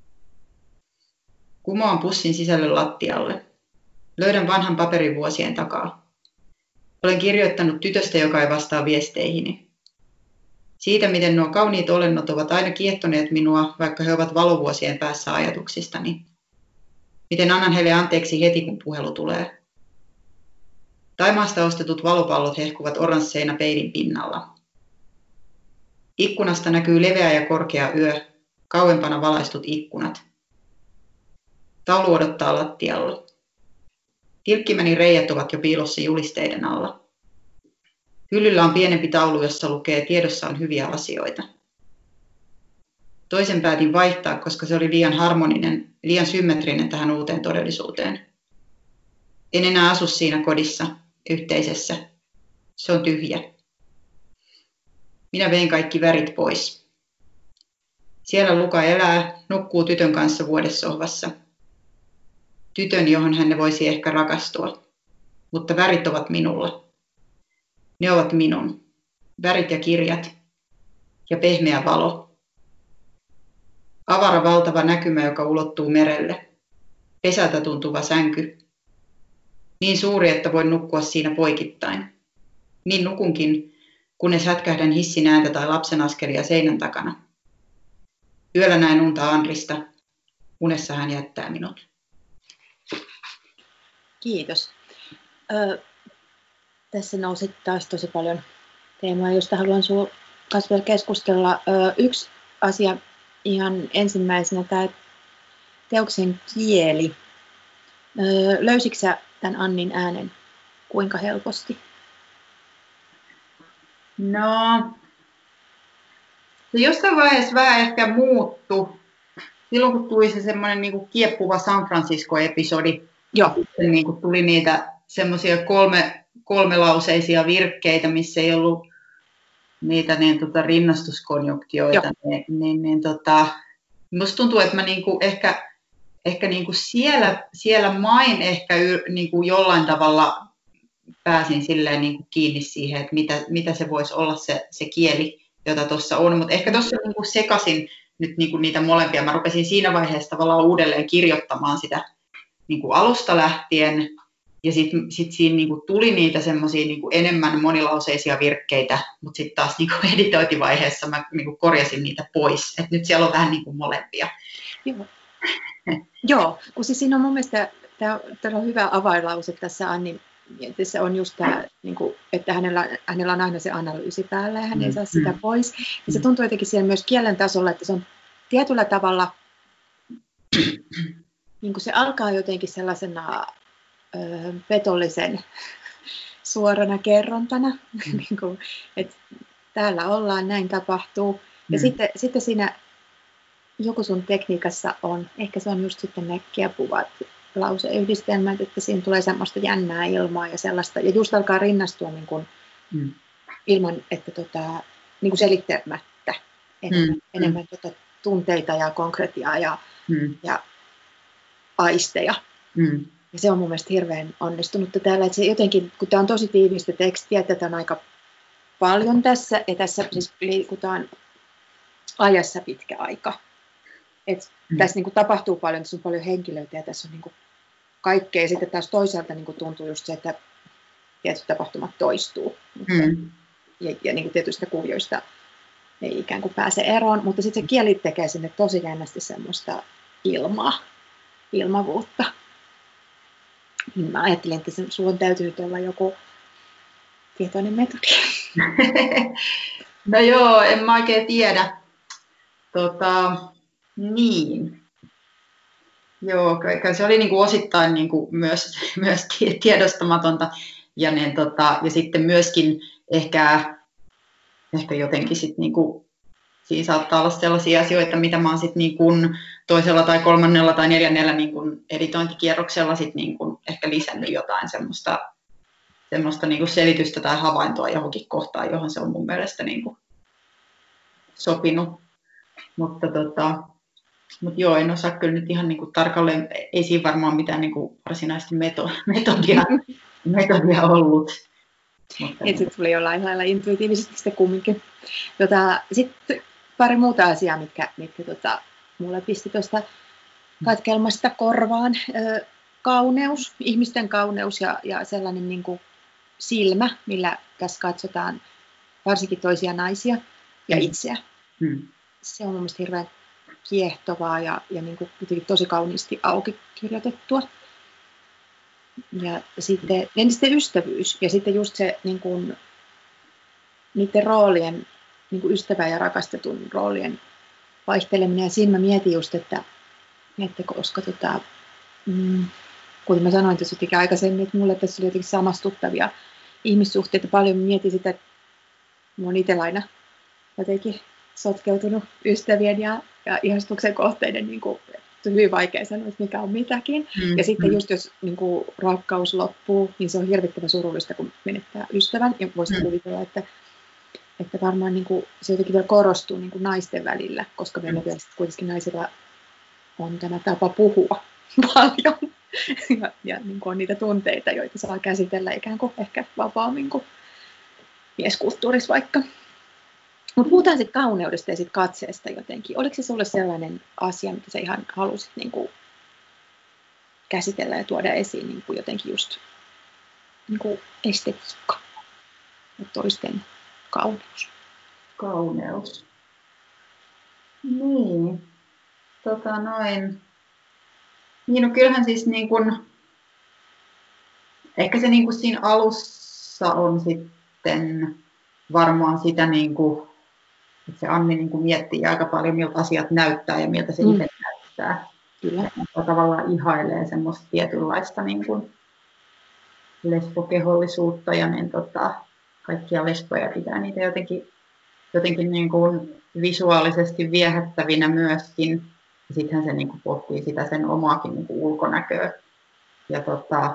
Kumoan pussin sisälle lattialle. Löydän vanhan paperin vuosien takaa. Olen kirjoittanut tytöstä, joka ei vastaa viesteihini. Siitä, miten nuo kauniit olennot ovat aina kiehtoneet minua, vaikka he ovat valovuosien päässä ajatuksistani. Miten annan heille anteeksi heti, kun puhelu tulee. Taimaasta ostetut valopallot hehkuvat oransseina peilin pinnalla. Ikkunasta näkyy leveä ja korkea yö, kauempana valaistut ikkunat. Taulu odottaa lattialla. Tilkkimäni reijät ovat jo piilossa julisteiden alla. Hyllyllä on pienempi taulu, jossa lukee tiedossa on hyviä asioita. Toisen päätin vaihtaa, koska se oli liian harmoninen, liian symmetrinen tähän uuteen todellisuuteen. En enää asu siinä kodissa, yhteisessä. Se on tyhjä. Minä vein kaikki värit pois. Siellä Luka elää, nukkuu tytön kanssa vuodessohvassa. Tytön, johon hän voisi ehkä rakastua. Mutta värit ovat minulla. Ne ovat minun. Värit ja kirjat. Ja pehmeä valo. Avara valtava näkymä, joka ulottuu merelle. Pesältä tuntuva sänky. Niin suuri, että voin nukkua siinä poikittain. Niin nukunkin, kunnes hätkähdän hissin ääntä tai lapsen askelia seinän takana. Yöllä näen unta Andrista. Unessa hän jättää minut. Kiitos. Ö, tässä nousi taas tosi paljon teemoja, josta haluan sinun kanssa vielä keskustella. Ö, yksi asia ihan ensimmäisenä, tämä teoksen kieli. Ö, löysitkö sä tämän Annin äänen kuinka helposti? No, se jossain vaiheessa vähän ehkä muuttui. Silloin kun tuli se semmoinen niin kuin kieppuva San Francisco-episodi, Joo. Niin kuin tuli niitä semmoisia kolme, kolmelauseisia virkkeitä, missä ei ollut niitä niin, tota, rinnastuskonjunktioita. Niin, niin, niin, tota, musta tuntuu, että mä niin kuin ehkä, ehkä niin kuin siellä, siellä main ehkä niin kuin jollain tavalla pääsin silleen niin kuin kiinni siihen, että mitä, mitä se voisi olla se, se kieli, jota tuossa on. Mutta ehkä tuossa niin kuin sekasin nyt niin kuin niitä molempia. Mä rupesin siinä vaiheessa tavallaan uudelleen kirjoittamaan sitä niin kuin alusta lähtien. Ja sitten sit siinä niin kuin tuli niitä semmoisia niin kuin enemmän monilauseisia virkkeitä, mutta sitten taas niin kuin editointivaiheessa mä niin kuin korjasin niitä pois. Et nyt siellä on vähän niin kuin molempia. Joo, Joo, kun siis siinä on mun mielestä tämä on hyvä avainlause tässä Annin. Se on just tämä, että hänellä, hänellä on aina se analyysi päällä ja hän ei saa sitä pois. Ja se tuntuu jotenkin siellä myös kielen tasolla, että se on tietyllä tavalla, niin kuin se alkaa jotenkin sellaisena ö, petollisen suorana kerrontana, mm. niin kuin, että täällä ollaan, näin tapahtuu. Ja mm. sitten, sitten siinä joku sun tekniikassa on, ehkä se on just sitten ne kiepuvat lauseyhdistelmät, että siinä tulee semmoista jännää ilmaa ja sellaista, ja just alkaa rinnastua niin kuin, mm. ilman, että tota, niin kuin selittämättä enemmän, mm. enemmän tota, tunteita ja konkretiaa ja, mm. ja aisteja. Mm. Ja se on mun mielestä hirveän onnistunutta täällä, että se jotenkin, kun tämä on tosi tiivistä tekstiä, tätä on aika paljon tässä, ja tässä siis liikutaan ajassa pitkä aika. Et mm. Tässä niin kuin tapahtuu paljon, tässä on paljon henkilöitä ja tässä on niin kuin kaikkea. Sitten taas toisaalta niin kuin tuntuu just se, että tietyt tapahtumat toistuu. Mm. Ja, ja niin kuin tietyistä kuvioista ei ikään kuin pääse eroon, mutta sitten se kieli tekee sinne tosi jännästi semmoista ilmaa, ilmavuutta. Niin mä ajattelin, että sulla on täytynyt olla joku tietoinen metodi. No joo, en mä oikein tiedä. Tota, niin. Joo, se oli niinku osittain niinku myös, myös tiedostamatonta. Ja, ne, tota, ja sitten myöskin ehkä, ehkä jotenkin sit niinku, siinä saattaa olla sellaisia asioita, mitä mä oon sit niinku toisella tai kolmannella tai neljännellä niinku editointikierroksella sit niinku ehkä lisännyt jotain semmoista, semmoista niinku selitystä tai havaintoa johonkin kohtaan, johon se on mun mielestä niinku sopinut. Mutta tota, mut joo, en osaa kyllä nyt ihan niinku tarkalleen, ei siinä varmaan mitään niinku varsinaisesti meto, metodia, metodia ollut. Että se tuli jollain lailla intuitiivisesti sitten kumminkin. Tota, sitten pari muuta asiaa, mitkä, mitkä tota, mulle pisti tuosta katkelmasta korvaan. Ö, kauneus, ihmisten kauneus ja, ja sellainen niin kuin silmä, millä tässä katsotaan varsinkin toisia naisia ja itseä. Hmm. Se on mun mielestä hirveän kiehtovaa ja, ja niin kuin tosi kauniisti auki kirjoitettua. Ja sitten, ja sitten ystävyys ja sitten just se niin kuin, niiden roolien, niin kuin ystävän ja rakastetun roolien vaihteleminen. Ja siinä mä mietin just, että, että koska tota, mm, kuten mä sanoin tässä jotenkin aikaisemmin, että mulle tässä oli jotenkin samastuttavia ihmissuhteita paljon. Mietin sitä, että mä oon itsellä aina jotenkin sotkeutunut ystävien ja, ja ihastuksen kohteiden niin kuin, hyvin vaikea sanoa, että mikä on mitäkin. Mm, ja sitten mm. just jos niin kuin, rakkaus loppuu, niin se on hirvittävän surullista, kun menettää ystävän. Ja voisi mm. kuvitella, että, että varmaan niin kuin, se jotenkin vielä korostuu niin kuin naisten välillä, koska meillä mm. kuitenkin naisilla on tämä tapa puhua paljon. ja ja niin kuin on niitä tunteita, joita saa käsitellä ikään kuin ehkä vapaammin kuin mieskulttuurissa vaikka. Mutta puhutaan sitten kauneudesta ja sit katseesta jotenkin. Oliko se sulle sellainen asia, mitä sä ihan halusit niinku käsitellä ja tuoda esiin niinku jotenkin just niinku estetiikka ja toisten kauneus? Kauneus. Niin. Tota noin. Niin, no kyllähän siis niin kun, ehkä se niin kun siinä alussa on sitten varmaan sitä niin kun, että se Anni niin kuin miettii aika paljon, miltä asiat näyttää ja miltä se mm. itse näyttää. Kyllä. Ja tavallaan ihailee semmoista tietynlaista niin kuin lesbokehollisuutta ja niin, tota, kaikkia lesboja pitää niitä jotenkin, jotenkin niin kuin visuaalisesti viehättävinä myöskin. Ja sittenhän se niin kuin pohtii sitä sen omaakin niin kuin ulkonäköä. Ja tota,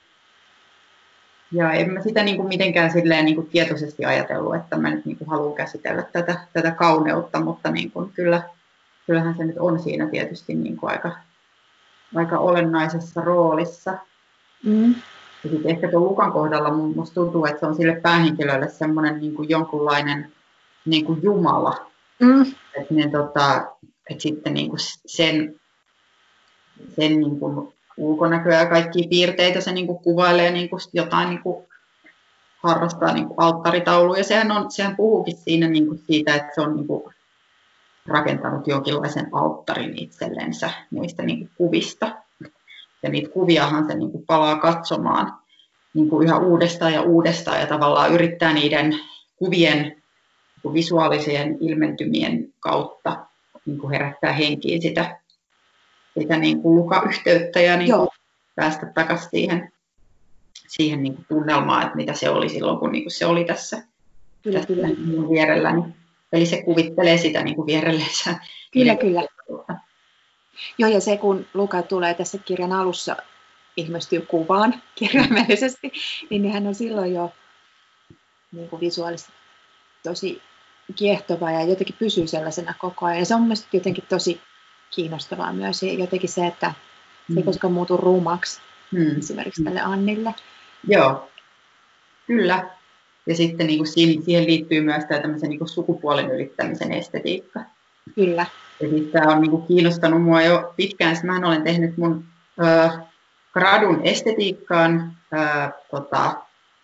Ja en mä sitä niin kuin mitenkään silleen niin kuin tietoisesti ajatellut, että mä nyt niin kuin haluan käsitellä tätä, tätä kauneutta, mutta niin kuin kyllä, kyllähän se nyt on siinä tietysti niin kuin aika, aika olennaisessa roolissa. Mm. Ja sitten ehkä tuon Lukan kohdalla musta tuntuu, että se on sille päähenkilölle semmoinen niin kuin jonkunlainen niin kuin Jumala. Mm. Että niin, tota, et sitten niin kuin sen, sen niin kuin ulkonäköä ja kaikkia piirteitä se niin kuin kuvailee niin kuin jotain, niin kuin harrastaa niin kuin alttaritauluja. Ja sehän, on, sehän puhuukin siinä niin kuin siitä, että se on niin kuin rakentanut jonkinlaisen alttarin itsellensä niistä niin kuin kuvista. Ja niitä kuviahan se niin kuin palaa katsomaan niin kuin yhä uudestaan ja uudestaan ja tavallaan yrittää niiden kuvien niin kuin visuaalisien ilmentymien kautta niin kuin herättää henkiin sitä, sitä niin kuin Luka-yhteyttä ja niin kuin päästä takaisin siihen, siihen niin kuin tunnelmaan, että mitä se oli silloin, kun niin kuin se oli tässä, kyllä, tässä kyllä. vierelläni. Eli se kuvittelee sitä niin kuin vierelleensä. Kyllä, kyllä. Joo, ja se kun Luka tulee tässä kirjan alussa ilmestyy kuvaan kirjaimellisesti, niin hän on silloin jo niin kuin visuaalisesti tosi kiehtova ja jotenkin pysyy sellaisena koko ajan. Ja se on mielestäni jotenkin tosi kiinnostavaa myös. Ja jotenkin se, että se ei koskaan muutu ruumaksi hmm. esimerkiksi tälle Annille. Joo, kyllä. Ja sitten niin kuin siihen liittyy myös tämä tämmöisen niin kuin sukupuolen ylittämisen estetiikka. Kyllä. Ja siis tämä on niin kuin kiinnostanut mua jo pitkään. Mä olen tehnyt mun äh, gradun estetiikkaan äh, tota,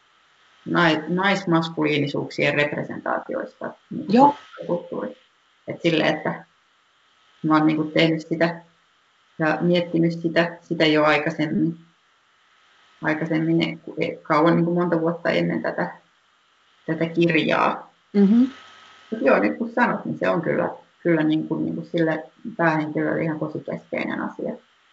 naismaskuliinisuuksien representaatioista. Niin Joo. Et sille, että mä oon niin kuin tehnyt sitä ja miettinyt sitä, sitä jo aikaisemmin, aikaisemmin kauan niin kuin monta vuotta ennen tätä, tätä kirjaa. Mm-hmm. Joo, nyt kun sanot, niin se on kyllä, kyllä niin kuin, niin kuin sille päähenkilölle ihan tosi keskeinen asia.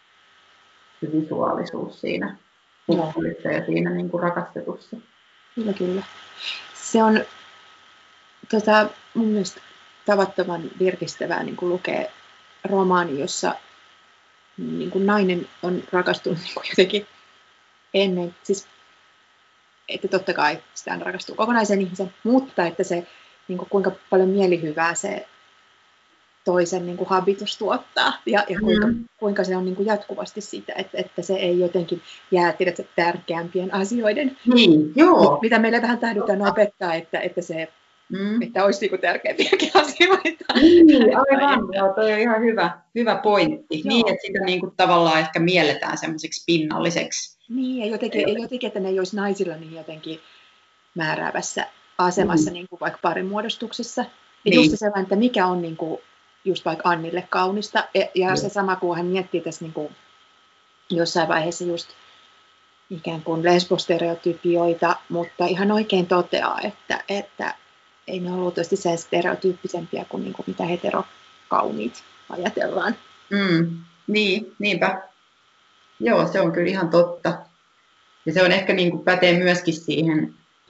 Se visuaalisuus siinä kulttuurissa ja siinä niin kuin rakastetussa. Kyllä, kyllä. Se on tota, mun mielestä tavattoman virkistävää niin kuin lukea romaani, jossa niin kuin nainen on rakastunut niin kuin jotenkin ennen, siis että totta kai sitä rakastuu kokonaisen ihmisen, mutta että se niin kuin kuinka paljon mielihyvää se toisen niin kuin habitus tuottaa ja, ja kuinka, mm. kuinka se on niin kuin jatkuvasti sitä, että, että se ei jotenkin jää tiedätkö, tärkeämpien asioiden, niin, joo. mitä meille vähän tahdotaan opettaa, että, että se mm. että olisi niin kuin tärkeämpiäkin asioita. Niin, aivan, joo, toi on ihan hyvä, hyvä pointti. Joo. Niin, että sitä niin kuin tavallaan ehkä mielletään semmoiseksi pinnalliseksi. Niin, ja jotenkin, jotenkin, että ne ei olisi naisilla niin jotenkin määräävässä asemassa, mm. niin kuin vaikka parinmuodostuksessa. Ja niin. Just sellainen, että mikä on niin kuin just vaikka Annille kaunista. Ja, ja mm. se sama, kun hän miettii tässä niin kuin jossain vaiheessa just ikään kuin lesbostereotypioita, mutta ihan oikein toteaa, että, että ei ne ole luultavasti sen stereotyyppisempiä kuin, niin kuin mitä heterokauniit ajatellaan. Mm. Niin, niinpä. Joo, se on kyllä ihan totta. Ja se on ehkä niin kuin pätee myöskin siihen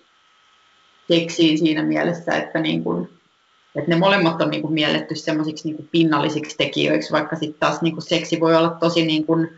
seksiin siinä mielessä, että, niin kuin, että ne molemmat on niin kuin mielletty semmoisiksi niin kuin pinnallisiksi tekijöiksi, vaikka sitten taas niin kuin seksi voi olla tosi, niin kuin,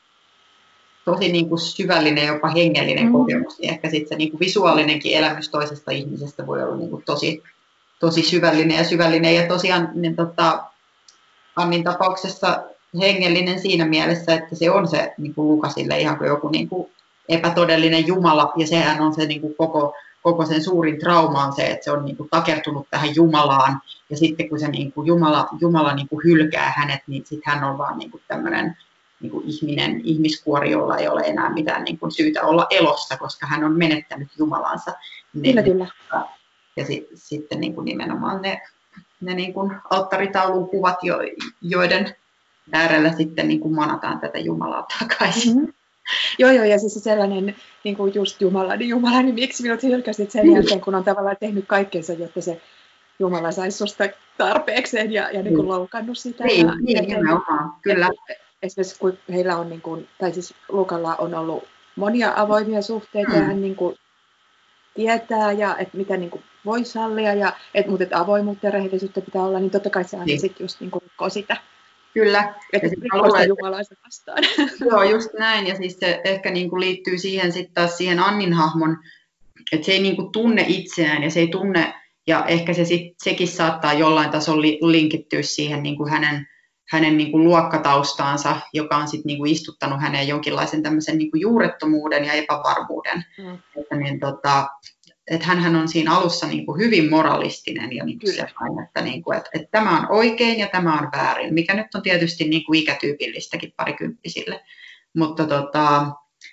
tosi niin kuin syvällinen, jopa hengellinen mm. kokemus. Niin ehkä sitten se niin kuin visuaalinenkin elämys toisesta ihmisestä voi olla niin kuin tosi, tosi syvällinen ja syvällinen. Ja tosiaan niin, tota, Annin tapauksessa hengellinen siinä mielessä, että se on se niin kuin Lukasille ihan kuin joku niin kuin epätodellinen Jumala, ja sehän on se niin kuin koko, koko sen suurin trauma on se, että se on niin kuin takertunut tähän Jumalaan, ja sitten kun se niin kuin Jumala, Jumala niin kuin hylkää hänet, niin sitten hän on vaan niin kuin tämmöinen niin kuin ihminen, ihmiskuori, jolla ei ole enää mitään niin kuin syytä olla elossa, koska hän on menettänyt Jumalansa. Kyllä, kyllä. Ja sit, sitten niin kuin nimenomaan ne, ne niin kuin alttaritaulun kuvat, jo, joiden äärellä sitten niin kuin manataan tätä Jumalaa takaisin. Mm-hmm. Joo, joo, ja siis se sellainen niin kuin just Jumala, niin Jumala, niin miksi minut hylkäsit sen jälkeen, kun on tavallaan tehnyt kaikkensa, jotta se Jumala saisi susta tarpeekseen ja, ja niin kuin loukannut sitä. Niin, ja, niin nimenomaan, kyllä. Esimerkiksi kun heillä on, niin kuin, tai siis Lukalla on ollut monia avoimia suhteita, mm. ja hän niin kuin tietää, ja että mitä niin kuin voi sallia, ja, et, mutta että avoimuutta ja rehellisyyttä pitää olla, niin totta kai se aina niin. sitten just niin kuin rikkoo sitä. Kyllä. Että rikkoo sitä Jumalaista vastaan. Joo, just näin, ja siis se ehkä niin kuin liittyy siihen sitten taas siihen Annin hahmon, että se ei niin kuin tunne itseään, ja se ei tunne, ja ehkä se sit, sekin saattaa jollain tasolla linkittyä siihen niin kuin hänen, hänen niin kuin luokkataustaansa, joka on sitten niin kuin istuttanut häneen jonkinlaisen tämmöisen niin kuin juurettomuuden ja epävarmuuden. Mm. Että niin, tota, että hänhän on siinä alussa niin kuin hyvin moralistinen ja niin kuin sellainen, että, niin kuin, että, että tämä on oikein ja tämä on väärin, mikä nyt on tietysti niin kuin ikätyypillistäkin parikymppisille. Mutta, tota,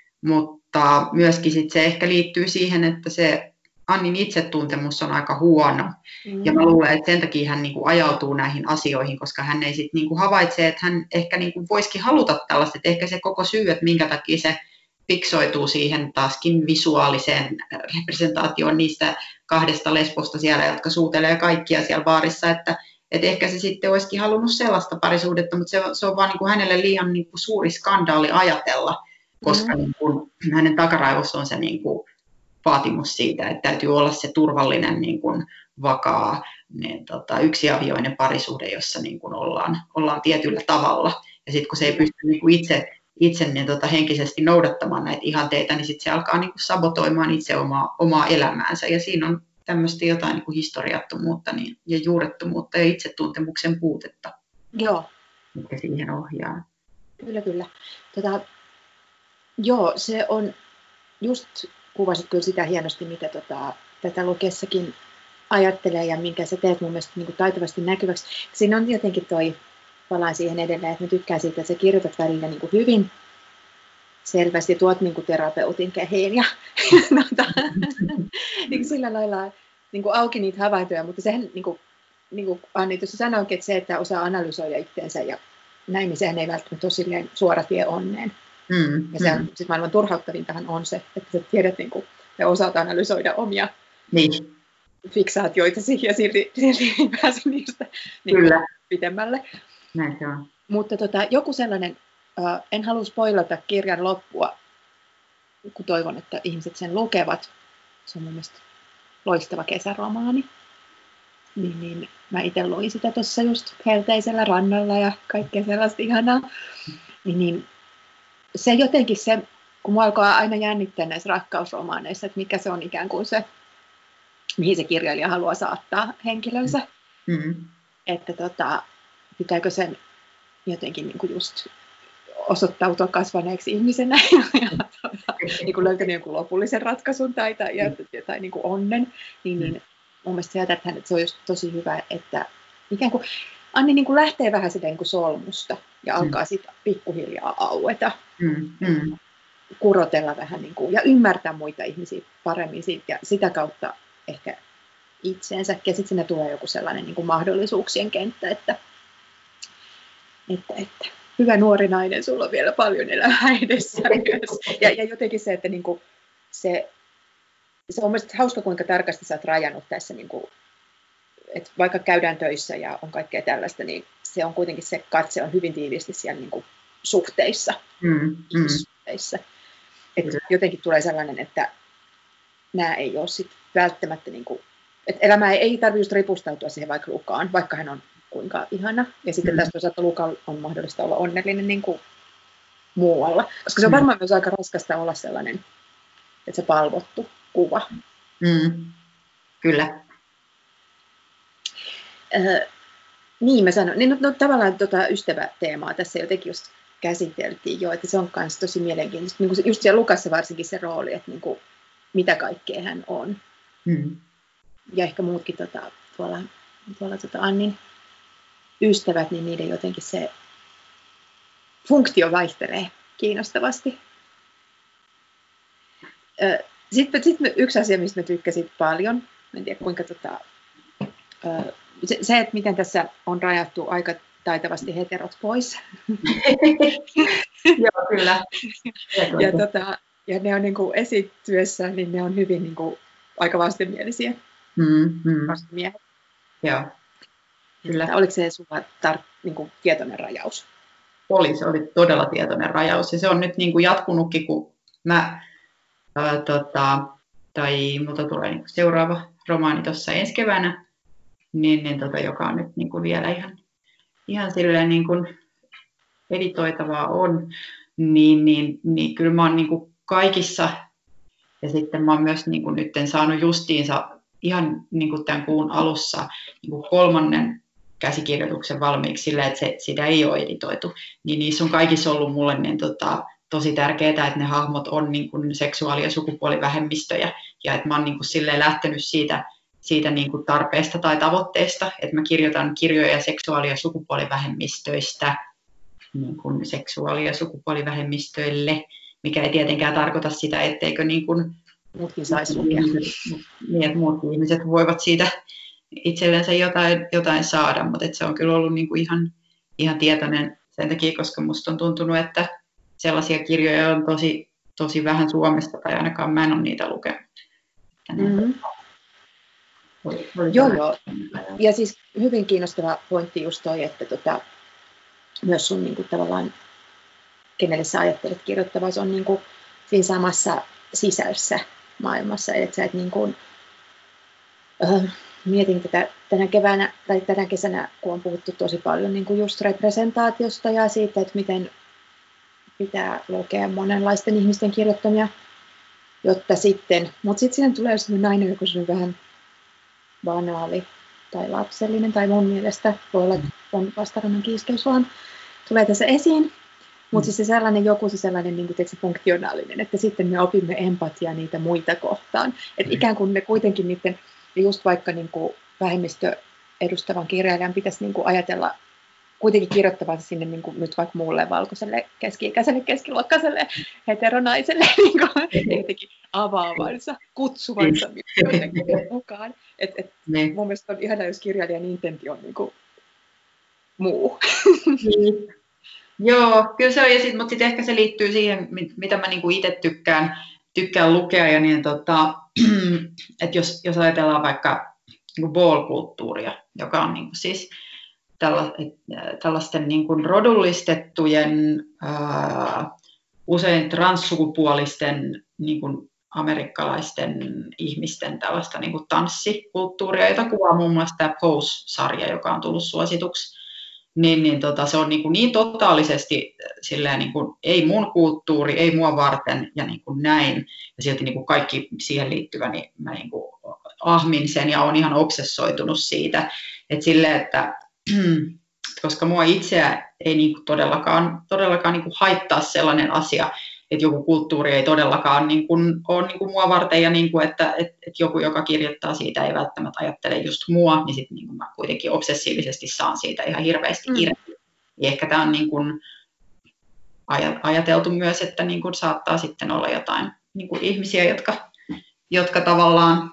mutta myöskin sit se ehkä liittyy siihen, että se Annin itsetuntemus on aika huono. Mm. Ja mä luulen, että sen takia hän niin kuin ajautuu näihin asioihin, koska hän ei sit niin kuin havaitse, että hän ehkä niin kuin voisikin haluta tällaista. Että ehkä se koko syy, että minkä takia se fiksoituu siihen taaskin visuaaliseen representaatioon niistä kahdesta lesbosta siellä, jotka suutelee kaikkia siellä baarissa, että, että ehkä se sitten olisikin halunnut sellaista parisuudetta, mutta se, se on vaan niin kuin hänelle liian niin kuin suuri skandaali ajatella, koska mm. niin kuin, hänen takaraivossa on se niin kuin vaatimus siitä, että täytyy olla se turvallinen, niin kuin vakaa, niin, tota, yksiavioinen parisuhde, jossa niin kuin ollaan, ollaan tietyllä tavalla. Ja sitten kun se ei pysty niin kuin itse, itse niin, tota, henkisesti noudattamaan näitä ihanteita, niin sitten se alkaa niin kuin sabotoimaan itse omaa, omaa elämäänsä. Ja siinä on tämmöistä jotain niin kuin historiattomuutta niin, ja juurettomuutta ja itsetuntemuksen puutetta, Joo. mitkä siihen ohjaa. Kyllä, kyllä. Tota, joo, se on, just kuvasit kyllä sitä hienosti, mitä tota, tätä lukeessakin ajattelee ja minkä sä teet mun mielestä niin kuin taitavasti näkyväksi. Siinä on jotenkin toi, palaan siihen edelleen, että mä tykkään siitä, että sä kirjoitat välillä niin kuin hyvin selvästi, tuot niin kuin terapeutin kehiin ja nota, niin sillä lailla niin kuin auki niitä havaintoja, mutta sehän, niin kuin, niin kuin Anni tuossa sanoikin, että se, että osaa analysoida itseensä ja näin, niin sehän ei välttämättä ole silleen suora tie onneen. Mm, ja se on, mm. sit maailman turhauttavintahan on se, että sä tiedät niin kuin, ja osaat analysoida omia Niin. fiksaatioitasi ja silti, silti ei pääse niistä niin Kyllä. pitemmälle. Näin se on. Mutta tota, joku sellainen, äh, en halua spoilata kirjan loppua, kun toivon, että ihmiset sen lukevat. Se on mun mielestä loistava kesäromaani. Niin, niin mä itse luin sitä tuossa just helteisellä rannalla ja kaikkea sellaista ihanaa. Niin, niin se jotenkin se, kun mua alkaa aina jännittää näissä rakkausromaaneissa, että mikä se on ikään kuin se, mihin se kirjailija haluaa saattaa henkilönsä. Mm. Että tota, pitääkö sen jotenkin niin kuin just osoittautua kasvaneeksi ihmisenä ja tota, niin kuin löytänyt jonkun lopullisen ratkaisun tai, tai, tai niin kuin onnen. Niin, niin mun mielestä sieltä, että se on just tosi hyvä, että ikään kuin Anni niin kuin lähtee vähän sitä niin kuin solmusta ja alkaa mm. sitten pikkuhiljaa aueta. Mm. Mm. Kurotella vähän niin kuin, ja ymmärtää muita ihmisiä paremmin siitä, ja sitä kautta ehkä itseensä. Ja sitten sinne tulee joku sellainen niin kuin mahdollisuuksien kenttä, että, että, että hyvä nuori nainen, sulla on vielä paljon elämää edessä myös. Ja, ja jotenkin se, että niin kuin se, se on mielestäni hauska, kuinka tarkasti sä oot rajannut tässä, niin kuin, että vaikka käydään töissä ja on kaikkea tällaista, niin se on kuitenkin se katse on hyvin tiiviisti siellä niin kuin suhteissa, Mm. Mm. suhteissa. Että jotenkin tulee sellainen, että nämä ei ole sit välttämättä, niin kuin, että elämä ei, ei tarvitse just ripustautua siihen vaikka Lukaan, vaikka hän on kuinka ihana. Ja sitten mm. tästä toisaalta Lukan on mahdollista olla onnellinen niin kuin muualla. Koska se on varmaan mm. myös aika raskasta olla sellainen, että se palvottu kuva. Mm. Kyllä. Öö, niin mä sanon, niin no, no tavallaan tota ystäväteemaa tässä jotenkin just käsiteltiin jo, että se on myös tosi mielenkiintoista. Niin kuin just siellä Lukassa varsinkin se rooli, että niin kuin, mitä kaikkea hän on. Mm. Ja ehkä muutkin tota, tuolla, tuolla tota Annin ystävät, niin niiden jotenkin se funktio vaihtelee kiinnostavasti. Sitten sit yksi asia, mistä mä tykkäsin paljon, en tiedä kuinka tota, se, se, että miten tässä on rajattu aika taitavasti heterot pois. Joo, kyllä. ja, tota, ja ne on niin kuin esityössä, niin ne on hyvin niin kuin, aika vastenmielisiä. Mm, mm. Vastemiehet. Joo, kyllä. Että oliko se sulla tar- niin kuin tietoinen rajaus? Oli, se oli todella tietoinen rajaus. Ja se on nyt niin kuin jatkunutkin, kun mä, ää, tota, tai multa tulee niin kuin seuraava romaani tuossa ensi keväänä, niin, niin, tota, joka on nyt niin kuin vielä ihan, ihan silleen niin kuin editoitavaa on, niin, niin, niin kyllä mä oon niin kuin kaikissa, ja sitten mä oon myös niin kuin nyt saanut justiinsa ihan niin kuin tämän kuun alussa niin kuin kolmannen käsikirjoituksen valmiiksi sillä, että se, sitä ei ole editoitu, niin niissä on kaikissa ollut mulle niin, tota, tosi tärkeää, että ne hahmot on niin kuin seksuaali- ja sukupuolivähemmistöjä, ja että mä oon niin kuin silleen lähtenyt siitä, siitä niin kuin tarpeesta tai tavoitteesta, että mä kirjoitan kirjoja seksuaali- ja sukupuolivähemmistöistä niin kuin seksuaali- ja sukupuolivähemmistöille, mikä ei tietenkään tarkoita sitä, etteikö niin kuin muutkin saisi lukea. Niin, että muut ihmiset voivat siitä itsellensä jotain, jotain saada, mutta se on kyllä ollut niin kuin ihan, ihan tietoinen sen takia, koska musta on tuntunut, että sellaisia kirjoja on tosi, tosi vähän Suomesta, tai ainakaan mä en ole niitä lukenut. Mm-hmm. Joo, joo. Ja siis hyvin kiinnostava pointti just toi, että tota, myös sun niin kuin, tavallaan, kenelle sä ajattelet kirjoittavasi, on niin kuin, siinä samassa sisäisessä maailmassa, että sä et niin kuin, äh, mietin tätä tänä keväänä tai tänä kesänä, kun on puhuttu tosi paljon niin kuin just representaatiosta ja siitä, että miten pitää lukea monenlaisten ihmisten kirjoittamia, jotta sitten, mutta sitten siinä tulee sellainen aina joku sellainen vähän banaali tai lapsellinen, tai mun mielestä voi olla, että on vastarannan kiiskeys vaan tulee tässä esiin. Mutta siis se sellainen joku se sellainen niin kuin, teeksi, funktionaalinen, että sitten me opimme empatiaa niitä muita kohtaan. Että ikään kuin ne kuitenkin niiden, just vaikka niin kuin vähemmistö edustavan kirjailijan pitäisi niin kuin ajatella kuitenkin kirjoittavansa sinne niin kuin nyt vaikka muulle valkoiselle, keski-ikäiselle, keskiluokkaiselle, heteronaiselle niin kuin, jotenkin avaavansa, kutsuvansa jotenkin mukaan. Et, et, mun mielestä on ihanaa, jos kirjailijan intentio on niin kuin muu. Joo, kyllä se on, ja sit, mutta sitten ehkä se liittyy siihen, mitä mä niinku itse tykkään, tykkään lukea, ja niin, tota, että jos, jos ajatellaan vaikka niinku ball-kulttuuria, joka on niinku siis tälla, tällaisten niinku rodullistettujen, ää, usein transsukupuolisten niinku amerikkalaisten ihmisten tällaista niinku tanssikulttuuria, jota kuvaa muun muassa tämä Pose-sarja, joka on tullut suosituksi. Niin, niin tota, se on niin, kuin niin totaalisesti silleen, niin kuin, ei mun kulttuuri, ei mua varten ja niin kuin näin. Ja silti niin kuin kaikki siihen liittyvä, niin mä niin kuin ahmin sen ja olen ihan obsessoitunut siitä. Että silleen, että koska mua itseä ei niin kuin todellakaan, todellakaan niin kuin haittaa sellainen asia, että joku kulttuuri ei todellakaan niin kuin, ole niin kuin mua varten ja niin kuin, että et, et joku, joka kirjoittaa siitä, ei välttämättä ajattele just mua, niin sitten niin mä kuitenkin obsessiivisesti saan siitä ihan hirveästi mm. irti. Ja ehkä tämä on niin kuin ajateltu myös, että niin kuin saattaa sitten olla jotain niin kuin ihmisiä, jotka, jotka tavallaan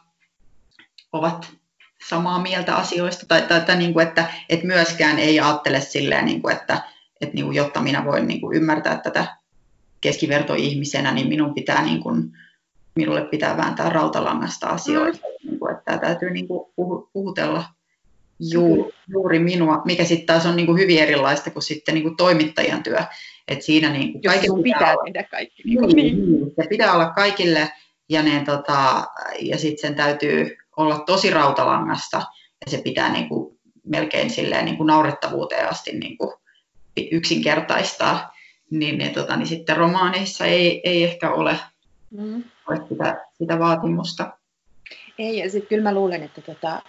ovat samaa mieltä asioista, tai, tai, tai niin kuin, että, että myöskään ei ajattele silleen, niin kuin, että, että niin kuin, jotta minä voin niin kuin ymmärtää tätä keskivertoihmisenä, niin minun pitää, niin kuin, minulle pitää vääntää rautalangasta asioita, mm. niin kuin, että täytyy niin kuin, puhutella juuri, juuri minua, mikä sitten taas on niin kuin, hyvin erilaista kuin sitten niin kuin, toimittajan työ. Et siinä, niin kuin, jos sun pitää, pitää tehdä kaikki. Niin kuin, niin, niin. Se pitää olla kaikille, ja, ne, tota, ja sitten sen täytyy olla tosi rautalangasta, ja se pitää niin kuin, melkein silleen, niin kuin, naurettavuuteen asti niin kuin, yksinkertaistaa. Niin, niin, tota, niin sitten romaaneissa ei, ei ehkä ole, mm. ole sitä, sitä vaatimusta. Ei, ja sitten kyllä mä luulen, että tota,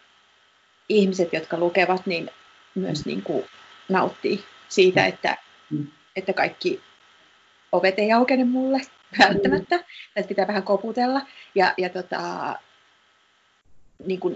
ihmiset, jotka lukevat, niin myös mm. niin kuin nauttii siitä, mm. että, mm. että kaikki ovet ei aukene mulle välttämättä, mm. että pitää vähän koputella. Ja, ja, tota, niin kuin,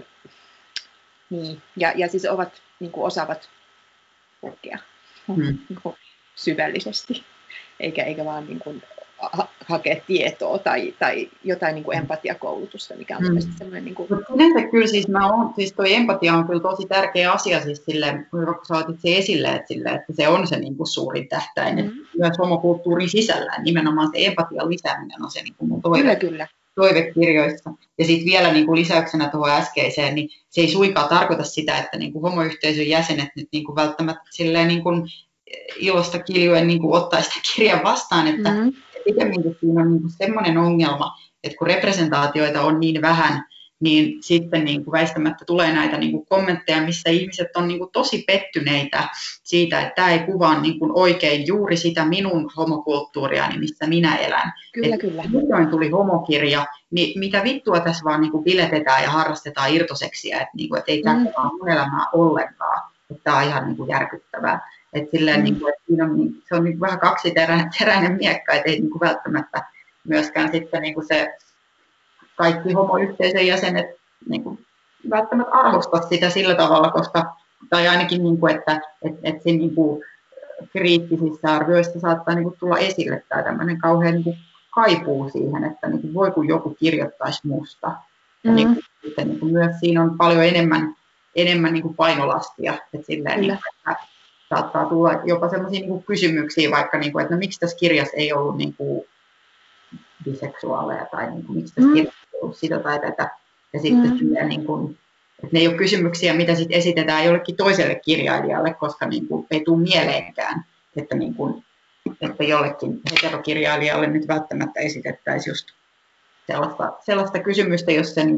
niin, ja, ja siis ovat, niin kuin osaavat lukea. Mm. Niin kuin, syvällisesti, eikä, eikä vaan niin kuin ha- hakea tietoa tai, tai jotain niin kuin empatiakoulutusta, mikä on mm. semmoinen... Niin kuin... Sinänsä kyllä siis, mä oon, siis toi empatia on kyllä tosi tärkeä asia, siis silleen, kun sä otit se esille, että, sille, että se on se niin kuin suurin tähtäin, mm. myös homokulttuurin sisällä, nimenomaan se empatian lisääminen on se niin kuin mun toive. Kyllä, kyllä. toivekirjoissa. Ja sitten vielä niin kuin lisäyksenä tuohon äskeiseen, niin se ei suinkaan tarkoita sitä, että niin kuin homoyhteisön jäsenet nyt niin kuin välttämättä silleen niin kuin ilosta kiljuen niin kuin ottaisi sitä kirjan vastaan, että mm-hmm. pikemminkin siinä on niin kuin semmoinen ongelma, että kun representaatioita on niin vähän, niin sitten niin kuin väistämättä tulee näitä niin kuin kommentteja, missä ihmiset on niin kuin tosi pettyneitä siitä, että tämä ei kuvaa niin kuin oikein juuri sitä minun homokulttuuriani, missä minä elän. Kyllä, et kyllä. Milloin tuli homokirja, niin mitä vittua tässä vaan niin kuin biletetään ja harrastetaan irtoseksiä, että, niin kuin, että ei tämä mm. kuvaa mun elämää ollenkaan, että tämä on ihan niin kuin järkyttävää. Että silleen, mm. niin kuin, että siinä on, se on niin kuin vähän kaksiteräinen miekka, että ei niin kuin välttämättä myöskään sitten niin kuin se kaikki homoyhteisön jäsenet niin kuin, välttämättä arvosta sitä sillä tavalla, koska, tai ainakin, niin kuin, että et, et siinä niin kuin, kriittisissä arvioissa saattaa niin kuin, tulla esille tämä tämmöinen kauhean niin kuin, kaipuu siihen, että niin kuin, voi kun joku kirjoittaisi musta. Ja, mm. niin kuin, sitten, niin kuin, myös siinä on paljon enemmän, enemmän niin kuin painolastia, että silleen, niin kuin, että saattaa tulla jopa sellaisia niin kuin kysymyksiä, vaikka, niin kuin, että no, miksi tässä kirjassa ei ollut niin kuin, biseksuaaleja tai niin kuin, miksi tässä mm. kirjassa ei ollut sitä tai tätä. Ja sitten mm. silleen, niin kuin, että ne ei ole kysymyksiä, mitä sitten esitetään jollekin toiselle kirjailijalle, koska niin kuin, ei tule mieleenkään, että, niin kuin, että jollekin heterokirjailijalle nyt välttämättä esitettäisiin just sellaista, sellaista kysymystä, jos se niin kuin,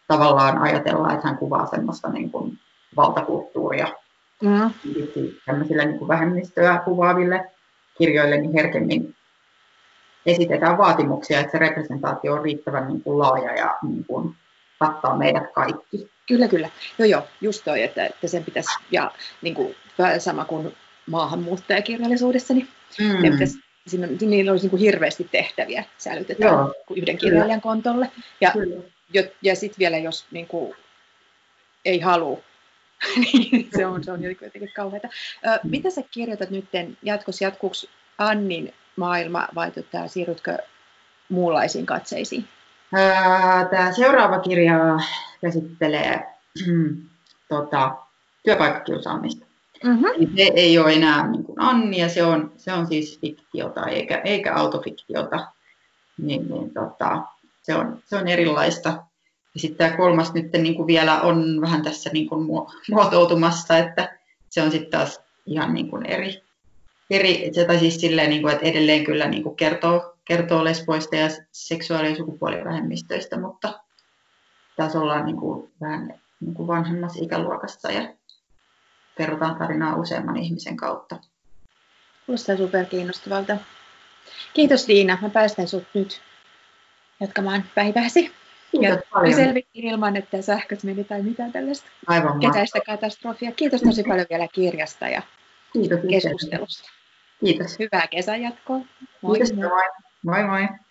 tavallaan ajatellaan, että hän kuvaa semmoista niin kuin valtakulttuuria. Mm. Tämmöisille niin kuin vähemmistöä kuvaaville kirjoille niin herkemmin esitetään vaatimuksia, että se representaatio on riittävän niin kuin laaja ja niin kuin kattaa meidät kaikki. Kyllä, kyllä. Joo, joo, just toi, että, että sen pitäisi, ja niin kuin, sama kuin maahanmuuttajakirjallisuudessa, niin mm. ne pitäisi, siinä, niillä olisi niin kuin hirveästi tehtäviä, sälytetään joo. yhden kirjailijan kyllä. kontolle. Ja, ja sitten vielä, jos niin kuin, ei halua, niin se on, se on jotenkin kauheata. Ö, mitä sä kirjoitat nyt jatkossa? Jatkuuko Annin maailma vai tota, siirrytkö muunlaisiin katseisiin? Tämä seuraava kirja käsittelee tota, työpaikkakiusaamista. Mm-hmm. Se ei ole enää niin kuin Anni, ja se on, se on siis fiktiota eikä, eikä autofiktiota. Niin, niin, tota, se, on, se on erilaista. Ja sitten tämä kolmas nyt niin kuin vielä on vähän tässä niin kuin muotoutumassa, että se on sitten taas ihan niin kuin eri. eri tai siis silleen, niin kuin, että edelleen kyllä niin kuin kertoo, kertoo lesboista ja seksuaali- ja sukupuolivähemmistöistä, mutta tässä ollaan niin kuin vähän niin kuin vanhemmassa ikäluokassa ja kerrotaan tarinaa useamman ihmisen kautta. Kuulostaa super kiinnostavalta. Kiitos Liina, mä päästän sut nyt jatkamaan päivääsi. Kiitos ja selvittiin ilman, että sähköt meni tai mitään tällaista Aivan kesäistä katastrofia. Kiitos tosi paljon vielä kirjasta ja Kiitos keskustelusta. Kiitos. Hyvää kesän jatkoa. Moi. Kiitos, moi. Moi moi.